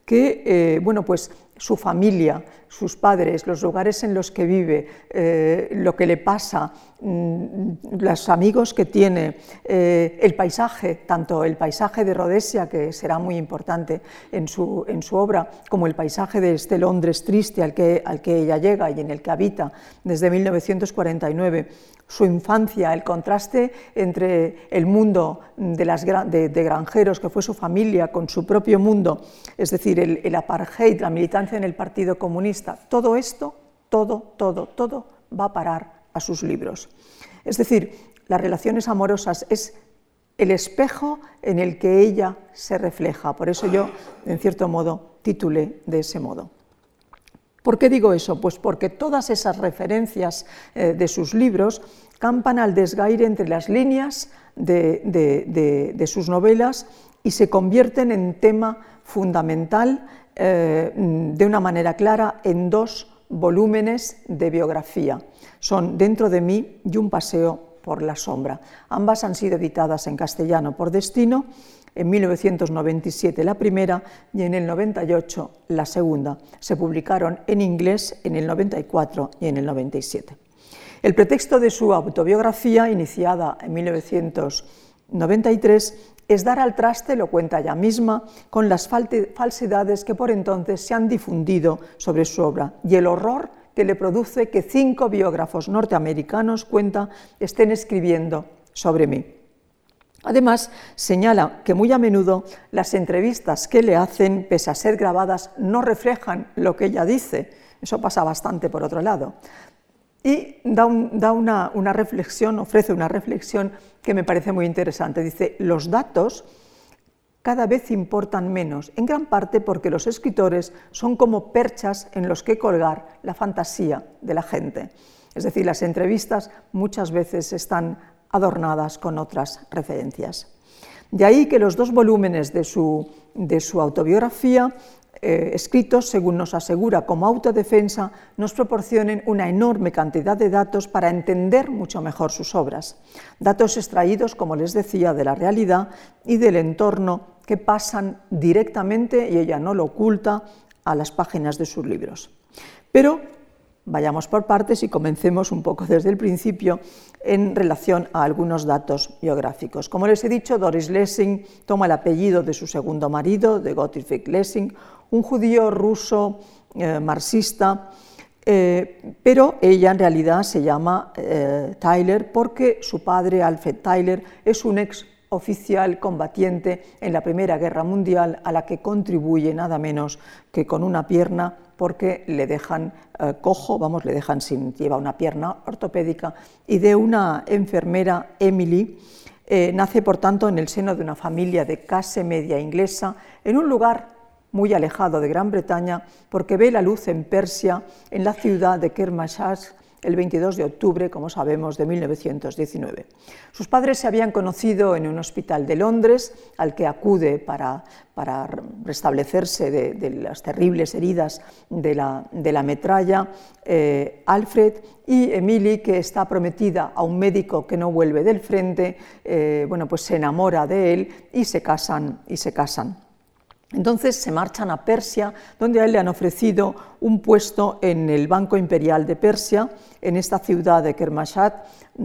que eh, bueno, pues, su familia, sus padres, los lugares en los que vive, eh, lo que le pasa, mmm, los amigos que tiene, eh, el paisaje, tanto el paisaje de Rhodesia, que será muy importante en su, en su obra, como el paisaje de este Londres triste al que, al que ella llega y en el que habita desde mil novecientos cuarenta y nueve, su infancia, el contraste entre el mundo de, las, de, de granjeros, que fue su familia, con su propio mundo, es decir, el, el apartheid, la militancia en el Partido Comunista, todo esto, todo, todo, todo va a parar a sus libros. Es decir, las relaciones amorosas es el espejo en el que ella se refleja, por eso yo, en cierto modo, titulé de ese modo. ¿Por qué digo eso? Pues porque todas esas referencias eh, de sus libros campan al desgaire entre las líneas de, de, de, de sus novelas y se convierten en tema fundamental eh, de una manera clara en dos volúmenes de biografía. Son Dentro de mí y Un paseo por la sombra. Ambas han sido editadas en castellano por Destino, en mil novecientos noventa y siete la primera y en el noventa y ocho la segunda. Se publicaron en inglés en el noventa y cuatro y en el noventa y siete. El pretexto de su autobiografía, iniciada en mil novecientos noventa y tres, es dar al traste, lo cuenta ella misma, con las falsedades que por entonces se han difundido sobre su obra y el horror que le produce que cinco biógrafos norteamericanos, cuenta, estén escribiendo sobre mí. Además, señala que muy a menudo las entrevistas que le hacen, pese a ser grabadas, no reflejan lo que ella dice. Eso pasa bastante por otro lado. Y da, un, da una, una reflexión, ofrece una reflexión que me parece muy interesante. Dice, los datos cada vez importan menos, en gran parte porque los escritores son como perchas en los que colgar la fantasía de la gente. Es decir, las entrevistas muchas veces están adornadas con otras referencias. De ahí que los dos volúmenes de su, de su autobiografía, eh, escritos, según nos asegura, como autodefensa, nos proporcionen una enorme cantidad de datos para entender mucho mejor sus obras. Datos extraídos, como les decía, de la realidad y del entorno que pasan directamente, y ella no lo oculta, a las páginas de sus libros. Pero vayamos por partes y comencemos un poco desde el principio en relación a algunos datos biográficos. Como les he dicho, Doris Lessing toma el apellido de su segundo marido, de Gottfried Lessing, un judío ruso eh, marxista, eh, pero ella en realidad se llama eh, Tyler porque su padre, Alfred Tyler, es un ex oficial combatiente en la Primera Guerra Mundial, a la que contribuye nada menos que con una pierna, porque le dejan eh, cojo, vamos, le dejan sin, lleva una pierna ortopédica, y de una enfermera, Emily, eh, nace por tanto en el seno de una familia de clase media inglesa, en un lugar muy alejado de Gran Bretaña, porque ve la luz en Persia, en la ciudad de Kermanshah, el veintidós de octubre, como sabemos, de mil novecientos diecinueve. Sus padres se habían conocido en un hospital de Londres, al que acude para, para restablecerse de, de las terribles heridas de la, de la metralla, eh, Alfred, y Emily, que está prometida a un médico que no vuelve del frente, eh, bueno, pues se enamora de él y se casan, y se casan. Entonces se marchan a Persia, donde a él le han ofrecido un puesto en el Banco Imperial de Persia, en esta ciudad de Kermanshah,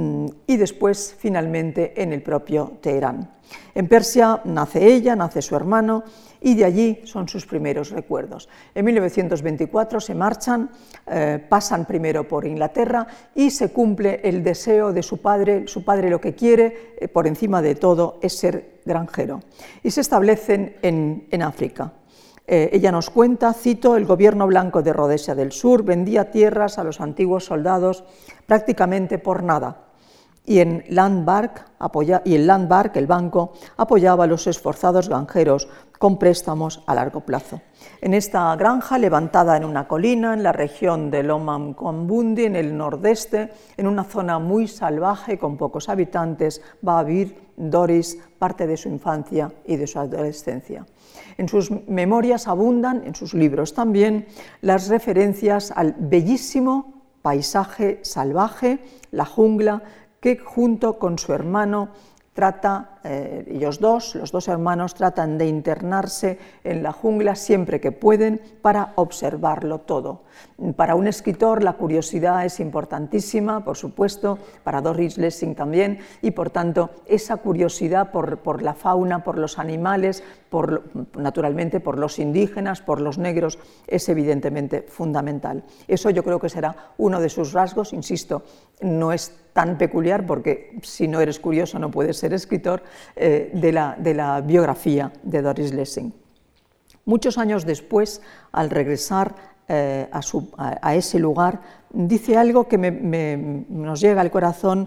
y después finalmente en el propio Teherán. En Persia nace ella, nace su hermano, y de allí son sus primeros recuerdos. En mil novecientos veinticuatro se marchan, eh, pasan primero por Inglaterra y se cumple el deseo de su padre. Su padre lo que quiere, eh, por encima de todo, es ser granjero. Y se establecen en, en África. Eh, ella nos cuenta, cito, el gobierno blanco de Rhodesia del Sur vendía tierras a los antiguos soldados prácticamente por nada. Y en Landmark, apoya, y en Landmark, el banco, apoyaba a los esforzados granjeros con préstamos a largo plazo. En esta granja, levantada en una colina, en la región de Lomamkombundi, en el nordeste, en una zona muy salvaje, con pocos habitantes, va a vivir Doris parte de su infancia y de su adolescencia. En sus memorias abundan, en sus libros también, las referencias al bellísimo paisaje salvaje, la jungla, que junto con su hermano trata, eh, ellos dos, los dos hermanos, tratan de internarse en la jungla siempre que pueden para observarlo todo. Para un escritor la curiosidad es importantísima, por supuesto, para Doris Lessing también, y por tanto esa curiosidad por, por la fauna, por los animales, por, naturalmente por los indígenas, por los negros, es evidentemente fundamental. Eso yo creo que será uno de sus rasgos, insisto, no es tan peculiar porque si no eres curioso no puedes ser escritor, eh, de, la, de la biografía de Doris Lessing. Muchos años después, al regresar eh, a, su, a, a ese lugar, dice algo que me, me, nos llega al corazón,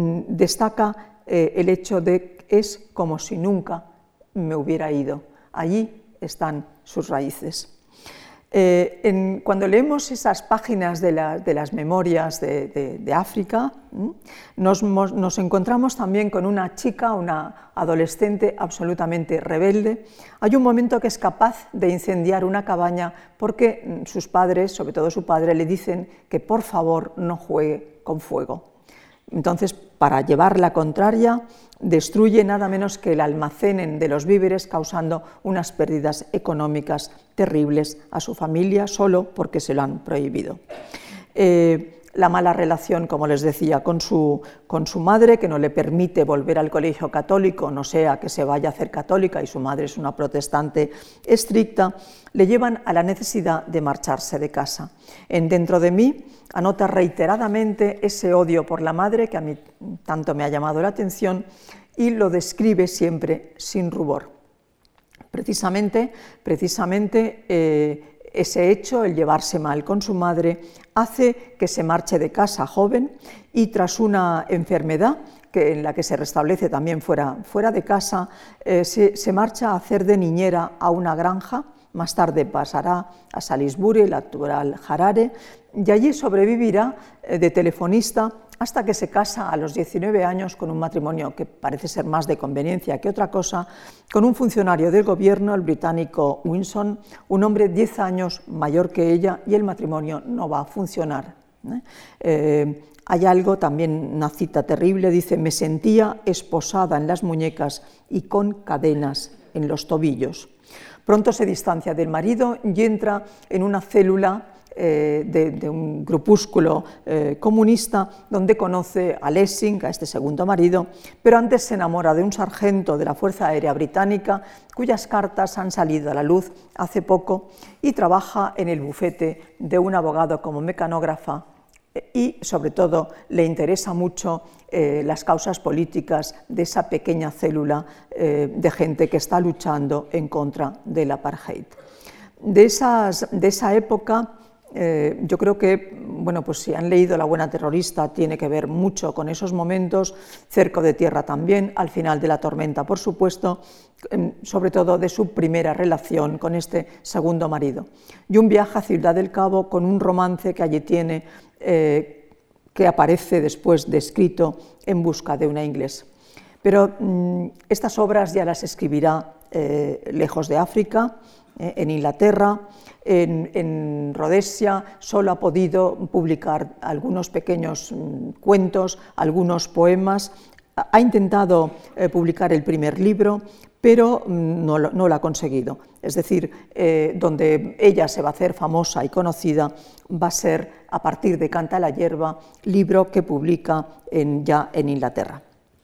destaca eh, el hecho de que es como si nunca me hubiera ido. Allí están sus raíces. Eh, en, cuando leemos esas páginas de, la, de las memorias de, de, de África, nos, nos encontramos también con una chica, una adolescente absolutamente rebelde. Hay un momento que es capaz de incendiar una cabaña porque sus padres, sobre todo su padre, le dicen que por favor no juegue con fuego. Entonces, para llevar la contraria, destruye nada menos que el almacén de los víveres, causando unas pérdidas económicas terribles a su familia, solo porque se lo han prohibido. Eh, la mala relación, como les decía, con su, con su madre, que no le permite volver al colegio católico, no sea que se vaya a hacer católica, y su madre es una protestante estricta, le llevan a la necesidad de marcharse de casa. En Dentro de mí anota reiteradamente ese odio por la madre, que a mí tanto me ha llamado la atención, y lo describe siempre sin rubor. Precisamente, precisamente eh, ese hecho, el llevarse mal con su madre, hace que se marche de casa joven y tras una enfermedad que en la que se restablece también fuera, fuera de casa, eh, se, se marcha a hacer de niñera a una granja. Más tarde pasará a Salisbury, el actual Harare, y allí sobrevivirá de telefonista hasta que se casa a los diecinueve años con un matrimonio que parece ser más de conveniencia que otra cosa, con un funcionario del gobierno, el británico Winson, un hombre diez años mayor que ella, y el matrimonio no va a funcionar. ¿eh? Eh, hay algo, también una cita terrible, dice: me sentía esposada en las muñecas y con cadenas en los tobillos. Pronto se distancia del marido y entra en una célula eh, de, de un grupúsculo eh, comunista donde conoce a Lessing, a este segundo marido, pero antes se enamora de un sargento de la Fuerza Aérea Británica cuyas cartas han salido a la luz hace poco, y trabaja en el bufete de un abogado como mecanógrafa, y sobre todo le interesa mucho eh, las causas políticas de esa pequeña célula eh, de gente que está luchando en contra del apartheid. De, esas, de esa época, eh, yo creo que, bueno, pues si han leído La buena terrorista, tiene que ver mucho con esos momentos, Cerco de tierra también, Al final de la tormenta, por supuesto, sobre todo de su primera relación con este segundo marido. Y un viaje a Ciudad del Cabo con un romance que allí tiene, eh, que aparece después descrito, En busca de una inglesa. Pero mmm, estas obras ya las escribirá eh, lejos de África, eh, en Inglaterra. En, en Rhodesia solo ha podido publicar algunos pequeños mmm, cuentos, algunos poemas. Ha intentado eh, publicar el primer libro, pero no lo, no lo ha conseguido. Es decir, eh, donde ella se va a hacer famosa y conocida va a ser a partir de Canta la hierba, libro que publica en, ya en Inglaterra.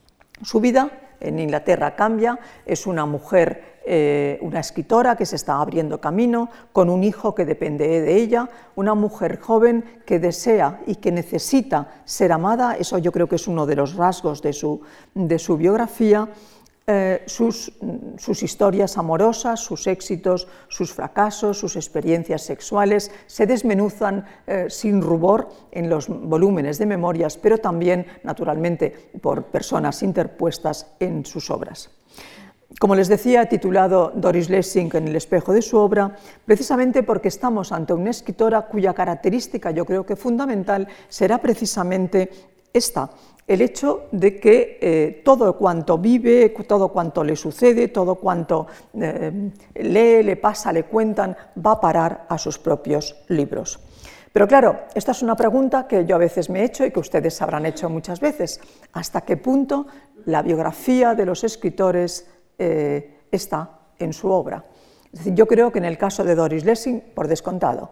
Su vida en Inglaterra cambia, es una mujer, eh, una escritora que se está abriendo camino, con un hijo que depende de ella, una mujer joven que desea y que necesita ser amada. Eso yo creo que es uno de los rasgos de su, de su biografía. Eh, sus, sus historias amorosas, sus éxitos, sus fracasos, sus experiencias sexuales se desmenuzan eh, sin rubor en los volúmenes de memorias, pero también, naturalmente, por personas interpuestas en sus obras. Como les decía, he titulado Doris Lessing en el espejo de su obra, precisamente porque estamos ante una escritora cuya característica, yo creo que fundamental, será precisamente esta: el hecho de que eh, todo cuanto vive, todo cuanto le sucede, todo cuanto eh, lee, le pasa, le cuentan, va a parar a sus propios libros. Pero claro, esta es una pregunta que yo a veces me he hecho y que ustedes habrán hecho muchas veces. ¿Hasta qué punto la biografía de los escritores eh, está en su obra. Es decir, yo creo que en el caso de Doris Lessing, por descontado.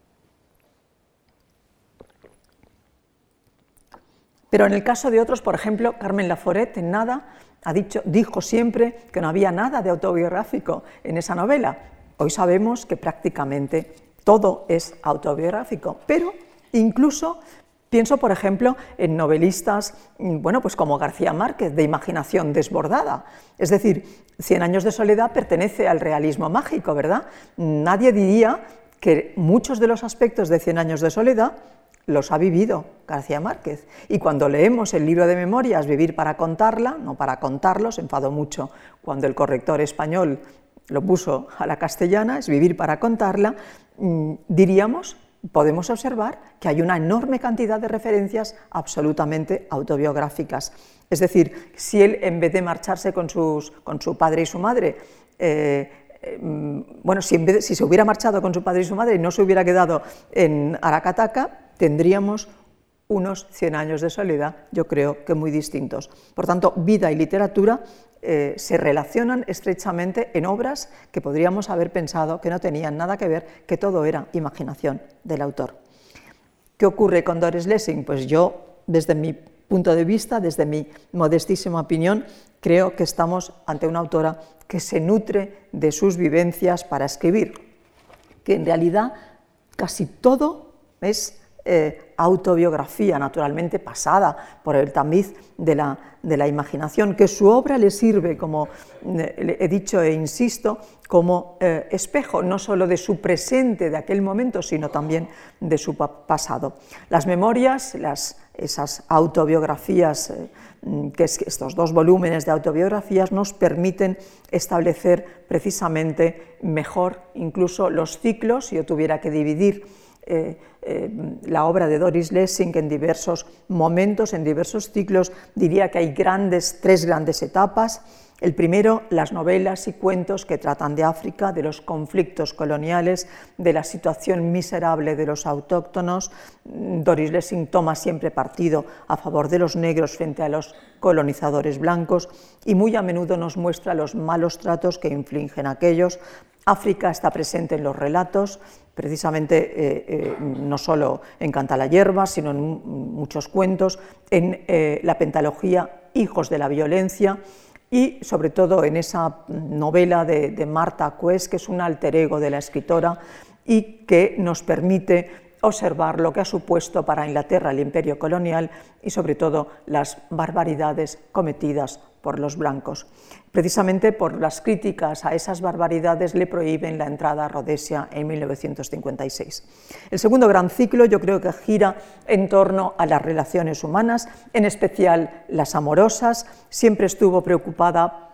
Pero en el caso de otros, por ejemplo, Carmen Laforet, en Nada, ha dicho, dijo siempre que no había nada de autobiográfico en esa novela. Hoy sabemos que prácticamente todo es autobiográfico, pero incluso pienso, por ejemplo, en novelistas, bueno, pues como García Márquez, de imaginación desbordada. Es decir, Cien años de soledad pertenece al realismo mágico, ¿verdad? Nadie diría que muchos de los aspectos de Cien años de soledad los ha vivido García Márquez. Y cuando leemos el libro de memorias Vivir para contarla, no para contarlo, se enfadó mucho cuando el corrector español lo puso a la castellana, es Vivir para contarla, mmm, diríamos, podemos observar que hay una enorme cantidad de referencias absolutamente autobiográficas. Es decir, si él, en vez de marcharse con, sus, con su padre y su madre, eh, eh, bueno, si, en vez de, si se hubiera marchado con su padre y su madre y no se hubiera quedado en Aracataca, tendríamos unos cien años de soledad, yo creo que muy distintos. Por tanto, vida y literatura eh, se relacionan estrechamente en obras que podríamos haber pensado que no tenían nada que ver, que todo era imaginación del autor. ¿Qué ocurre con Doris Lessing? Pues yo, desde mi punto de vista, desde mi modestísima opinión, creo que estamos ante una autora que se nutre de sus vivencias para escribir, que en realidad casi todo es Eh, autobiografía, naturalmente pasada por el tamiz de la, de la imaginación, que su obra le sirve, como eh, he dicho e insisto, como eh, espejo, no solo de su presente de aquel momento, sino también de su pa pasado. Las memorias, las, esas autobiografías, eh, que es, estos dos volúmenes de autobiografías nos permiten establecer precisamente mejor incluso los ciclos. Si yo tuviera que dividir Eh, eh, la obra de Doris Lessing en diversos momentos, en diversos ciclos, diría que hay grandes, tres grandes etapas. El primero, las novelas y cuentos que tratan de África, de los conflictos coloniales, de la situación miserable de los autóctonos. Doris Lessing toma siempre partido a favor de los negros frente a los colonizadores blancos y muy a menudo nos muestra los malos tratos que infligen aquellos. África está presente en los relatos, precisamente eh, eh, no solo en Canta la hierba, sino en muchos cuentos, en eh, la pentalogía Hijos de la violencia y sobre todo en esa novela de, de Martha Quest, que es un alter ego de la escritora y que nos permite observar lo que ha supuesto para Inglaterra el imperio colonial y sobre todo las barbaridades cometidas por los blancos. Precisamente por las críticas a esas barbaridades le prohíben la entrada a Rhodesia en mil novecientos cincuenta y seis. El segundo gran ciclo yo creo que gira en torno a las relaciones humanas, en especial las amorosas. Siempre estuvo preocupada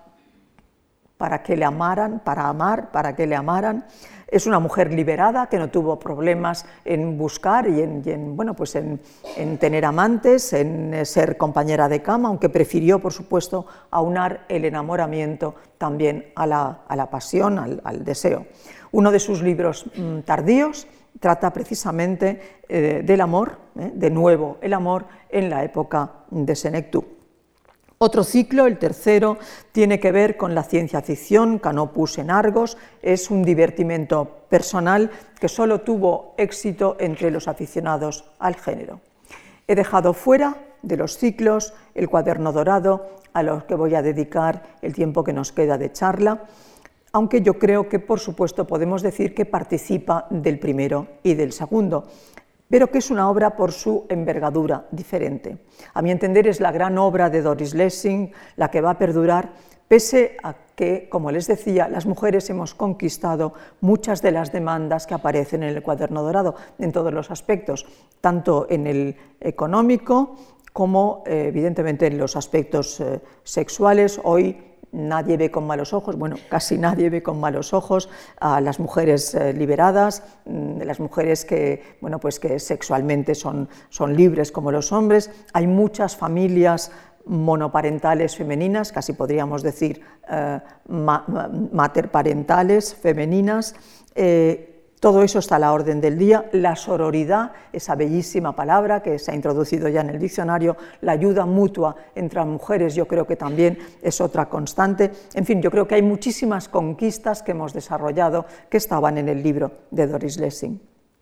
para que le amaran, para amar, para que le amaran. Es una mujer liberada que no tuvo problemas en buscar y en, y en, bueno, pues en, en tener amantes, en ser compañera de cama, aunque prefirió, por supuesto, aunar el enamoramiento también a la, a la pasión, al, al deseo. Uno de sus libros mmm, tardíos trata precisamente eh, del amor, eh, de nuevo el amor en la época de Senectú. Otro ciclo, el tercero, tiene que ver con la ciencia ficción. Canopus en Argos es un divertimento personal que solo tuvo éxito entre los aficionados al género. He dejado fuera de los ciclos el Cuaderno Dorado, a los que voy a dedicar el tiempo que nos queda de charla, aunque yo creo que, por supuesto, podemos decir que participa del primero y del segundo, pero que es una obra por su envergadura diferente. A mi entender es la gran obra de Doris Lessing, la que va a perdurar, pese a que, como les decía, las mujeres hemos conquistado muchas de las demandas que aparecen en el Cuaderno Dorado, en todos los aspectos, tanto en el económico como, eh, evidentemente, en los aspectos eh, sexuales. Hoy nadie ve con malos ojos, bueno, casi nadie ve con malos ojos a las mujeres eh, liberadas, las mujeres que, bueno, pues que sexualmente son, son libres como los hombres. Hay muchas familias monoparentales femeninas, casi podríamos decir eh, ma materparentales femeninas. Eh, Todo eso está a la orden del día. La sororidad, esa bellísima palabra que se ha introducido ya en el diccionario, la ayuda mutua entre mujeres, yo creo que también es otra constante. En fin, yo creo que hay muchísimas conquistas que hemos desarrollado que estaban en el libro de Doris Lessing.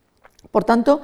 Por tanto,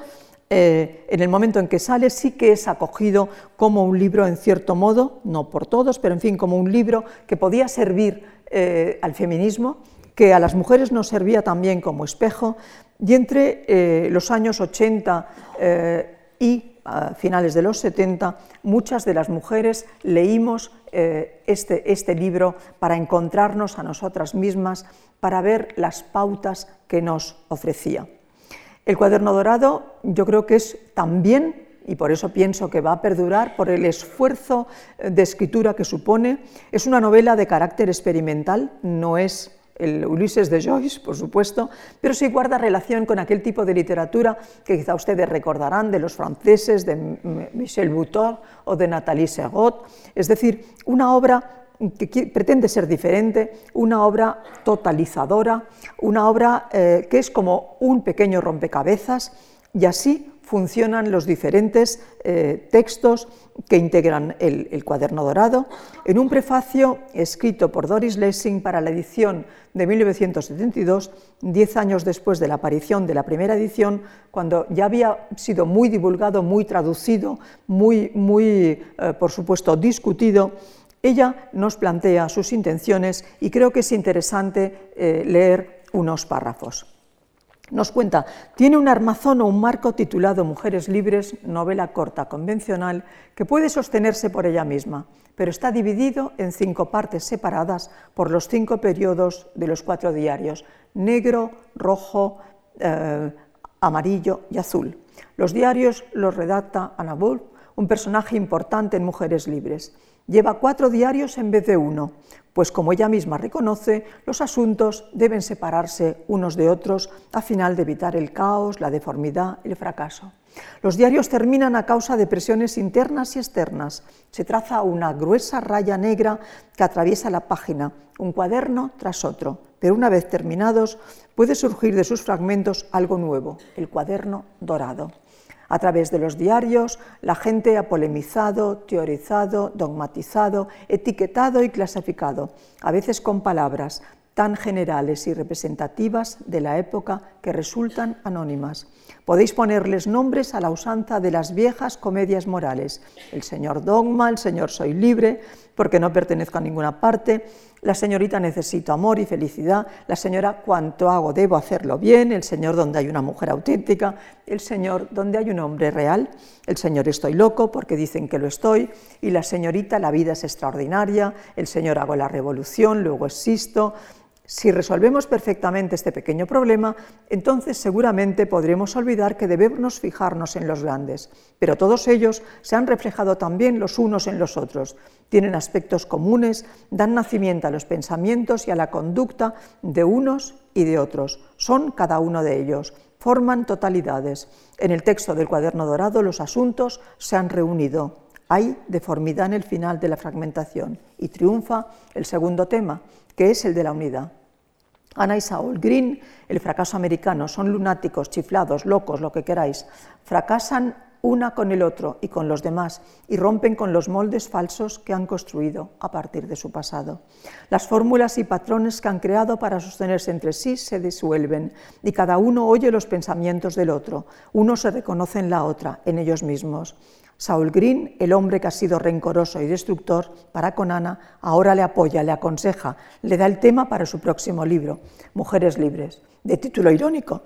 eh, en el momento en que sale sí que es acogido como un libro en cierto modo, no por todos, pero en fin, como un libro que podía servir eh, al feminismo, que a las mujeres nos servía también como espejo, y entre eh, los años ochenta eh, y a finales de los setenta, muchas de las mujeres leímos eh, este, este libro para encontrarnos a nosotras mismas, para ver las pautas que nos ofrecía. El Cuaderno Dorado yo creo que es también, y por eso pienso que va a perdurar, por el esfuerzo de escritura que supone, es una novela de carácter experimental, no es el Ulises de Joyce, por supuesto, pero sí guarda relación con aquel tipo de literatura que quizá ustedes recordarán de los franceses, de Michel Butor o de Nathalie Serrault, es decir, una obra que pretende ser diferente, una obra totalizadora, una obra eh, que es como un pequeño rompecabezas, y así funcionan los diferentes eh, textos que integran el, el Cuaderno Dorado, en un prefacio escrito por Doris Lessing para la edición de mil novecientos setenta y dos, diez años después de la aparición de la primera edición, cuando ya había sido muy divulgado, muy traducido, muy, muy eh, por supuesto, discutido. Ella nos plantea sus intenciones y creo que es interesante eh, leer unos párrafos. Nos cuenta, tiene un armazón o un marco titulado Mujeres Libres, novela corta convencional, que puede sostenerse por ella misma, pero está dividido en cinco partes separadas por los cinco periodos de los cuatro diarios, negro, rojo, eh, amarillo y azul. Los diarios los redacta Anna Wolf, un personaje importante en Mujeres Libres. Lleva cuatro diarios en vez de uno, pues como ella misma reconoce, los asuntos deben separarse unos de otros a fin de evitar el caos, la deformidad y el fracaso. Los diarios terminan a causa de presiones internas y externas. Se traza una gruesa raya negra que atraviesa la página, un cuaderno tras otro, pero una vez terminados puede surgir de sus fragmentos algo nuevo, el Cuaderno Dorado. A través de los diarios, la gente ha polemizado, teorizado, dogmatizado, etiquetado y clasificado, a veces con palabras tan generales y representativas de la época que resultan anónimas. Podéis ponerles nombres a la usanza de las viejas comedias morales, el señor Dogma, el señor Soy Libre, porque no pertenezco a ninguna parte, la señorita Necesito Amor y Felicidad, la señora Cuanto hago debo hacerlo bien, el señor Donde hay una mujer auténtica, el señor Donde hay un hombre real, el señor Estoy loco porque dicen que lo estoy, y la señorita La vida es extraordinaria, el señor Hago la revolución, luego existo. Si resolvemos perfectamente este pequeño problema, entonces seguramente podremos olvidar que debemos fijarnos en los grandes, pero todos ellos se han reflejado también los unos en los otros, tienen aspectos comunes, dan nacimiento a los pensamientos y a la conducta de unos y de otros, son cada uno de ellos, forman totalidades. En el texto del Cuaderno Dorado los asuntos se han reunido. Hay deformidad en el final de la fragmentación y triunfa el segundo tema, que es el de la unidad. Anna y Saul Green, el fracaso americano, son lunáticos, chiflados, locos, lo que queráis. Fracasan una con el otro y con los demás y rompen con los moldes falsos que han construido a partir de su pasado. Las fórmulas y patrones que han creado para sostenerse entre sí se disuelven y cada uno oye los pensamientos del otro. Uno se reconoce en la otra, en ellos mismos. Saul Green, el hombre que ha sido rencoroso y destructor para con Anna, ahora le apoya, le aconseja, le da el tema para su próximo libro, Mujeres Libres, de título irónico.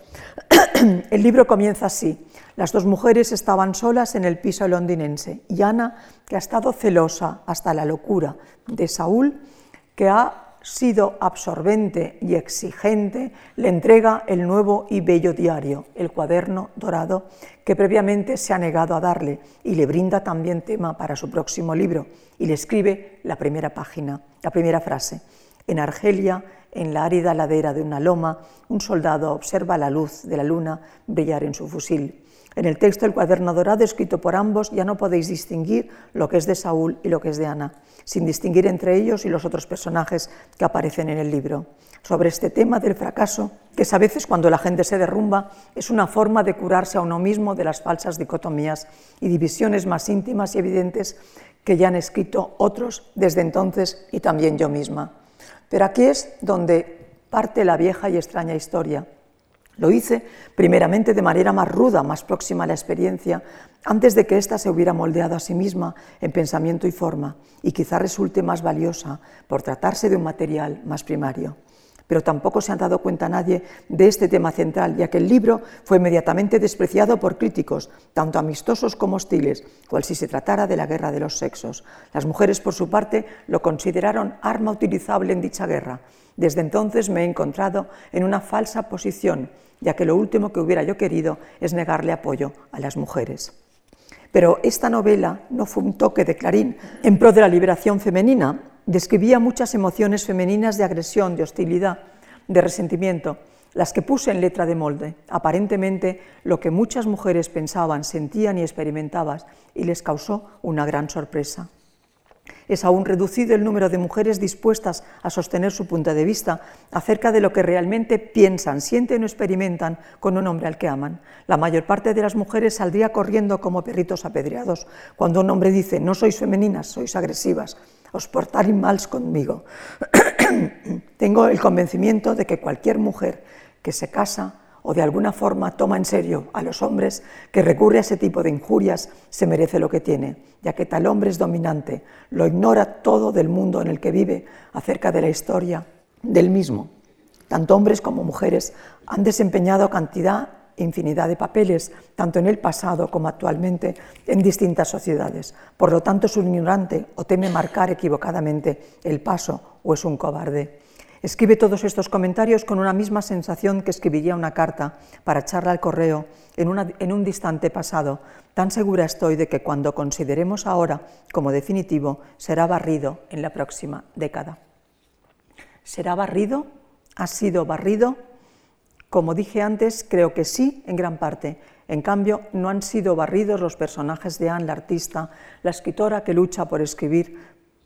El libro comienza así. Las dos mujeres estaban solas en el piso londinense y Anna, que ha estado celosa hasta la locura de Saúl, que ha sido absorbente y exigente, le entrega el nuevo y bello diario, el Cuaderno Dorado, que previamente se ha negado a darle, y le brinda también tema para su próximo libro, y le escribe la primera página, la primera frase. En Argelia, en la árida ladera de una loma, un soldado observa la luz de la luna brillar en su fusil. En el texto del Cuaderno Dorado, escrito por ambos, ya no podéis distinguir lo que es de Saúl y lo que es de Ana, sin distinguir entre ellos y los otros personajes que aparecen en el libro. Sobre este tema del fracaso, que es a veces cuando la gente se derrumba, es una forma de curarse a uno mismo de las falsas dicotomías y divisiones más íntimas y evidentes que ya han escrito otros desde entonces y también yo misma. Pero aquí es donde parte la vieja y extraña historia. Lo hice primeramente de manera más ruda, más próxima a la experiencia, antes de que ésta se hubiera moldeado a sí misma en pensamiento y forma, y quizá resulte más valiosa por tratarse de un material más primario. Pero tampoco se ha dado cuenta nadie de este tema central, ya que el libro fue inmediatamente despreciado por críticos, tanto amistosos como hostiles, cual si se tratara de la guerra de los sexos. Las mujeres, por su parte, lo consideraron arma utilizable en dicha guerra. Desde entonces me he encontrado en una falsa posición, ya que lo último que hubiera yo querido es negarle apoyo a las mujeres. Pero esta novela no fue un toque de clarín en pro de la liberación femenina. Describía muchas emociones femeninas de agresión, de hostilidad, de resentimiento, las que puse en letra de molde, aparentemente lo que muchas mujeres pensaban, sentían y experimentaban, y les causó una gran sorpresa. Es aún reducido el número de mujeres dispuestas a sostener su punto de vista acerca de lo que realmente piensan, sienten o experimentan con un hombre al que aman. La mayor parte de las mujeres saldría corriendo como perritos apedreados cuando un hombre dice: no sois femeninas, sois agresivas, os portaréis mal conmigo. Tengo el convencimiento de que cualquier mujer que se casa o de alguna forma toma en serio a los hombres, que recurre a ese tipo de injurias, se merece lo que tiene, ya que tal hombre es dominante, lo ignora todo del mundo en el que vive acerca de la historia del mismo. Tanto hombres como mujeres han desempeñado cantidad e infinidad de papeles, tanto en el pasado como actualmente en distintas sociedades. Por lo tanto, es un ignorante o teme marcar equivocadamente el paso o es un cobarde. Escribe todos estos comentarios con una misma sensación que escribiría una carta para echarla al correo en, una, en un distante pasado. Tan segura estoy de que cuando consideremos ahora como definitivo, será barrido en la próxima década. ¿Será barrido? ¿Ha sido barrido? Como dije antes, creo que sí, en gran parte. En cambio, no han sido barridos los personajes de Anne, la artista, la escritora que lucha por escribir,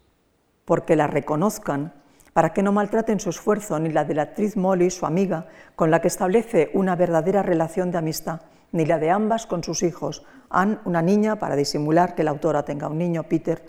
porque la reconozcan, para que no maltraten su esfuerzo, ni la de la actriz Molly, su amiga, con la que establece una verdadera relación de amistad, ni la de ambas con sus hijos, Anne, una niña, para disimular que la autora tenga un niño, Peter,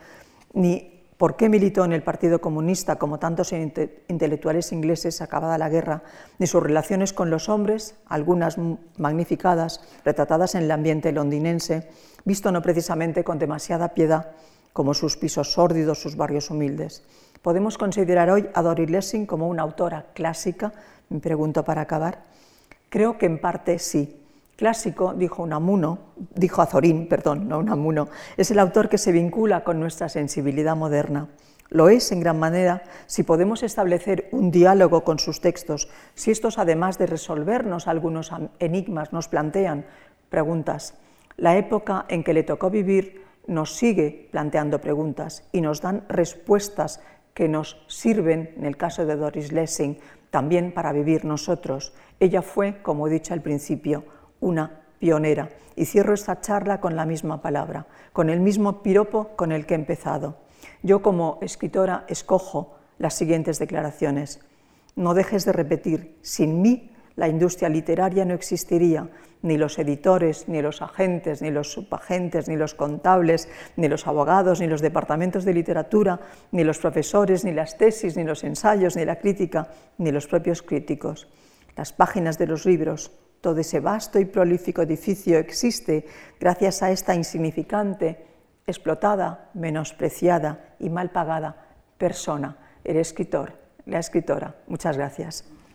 ni por qué militó en el Partido Comunista, como tantos inte- intelectuales ingleses acabada la guerra, ni sus relaciones con los hombres, algunas magnificadas, retratadas en el ambiente londinense, visto no precisamente con demasiada piedad, como sus pisos sórdidos, sus barrios humildes. ¿Podemos considerar hoy a Doris Lessing como una autora clásica? Me pregunto para acabar. Creo que en parte sí. Clásico, dijo Unamuno, dijo Azorín, perdón, no Unamuno, es el autor que se vincula con nuestra sensibilidad moderna. Lo es en gran manera si podemos establecer un diálogo con sus textos, si estos, además de resolvernos algunos enigmas, nos plantean preguntas. La época en que le tocó vivir nos sigue planteando preguntas y nos dan respuestas que nos sirven, en el caso de Doris Lessing, también para vivir nosotros. Ella fue, como he dicho al principio, una pionera. Y cierro esta charla con la misma palabra, con el mismo piropo con el que he empezado. Yo, como escritora, escojo las siguientes declaraciones. No dejes de repetir: sin mí la industria literaria no existiría, ni los editores, ni los agentes, ni los subagentes, ni los contables, ni los abogados, ni los departamentos de literatura, ni los profesores, ni las tesis, ni los ensayos, ni la crítica, ni los propios críticos. Las páginas de los libros, todo ese vasto y prolífico edificio existe gracias a esta insignificante, explotada, menospreciada y mal pagada persona, el escritor, la escritora. Muchas gracias.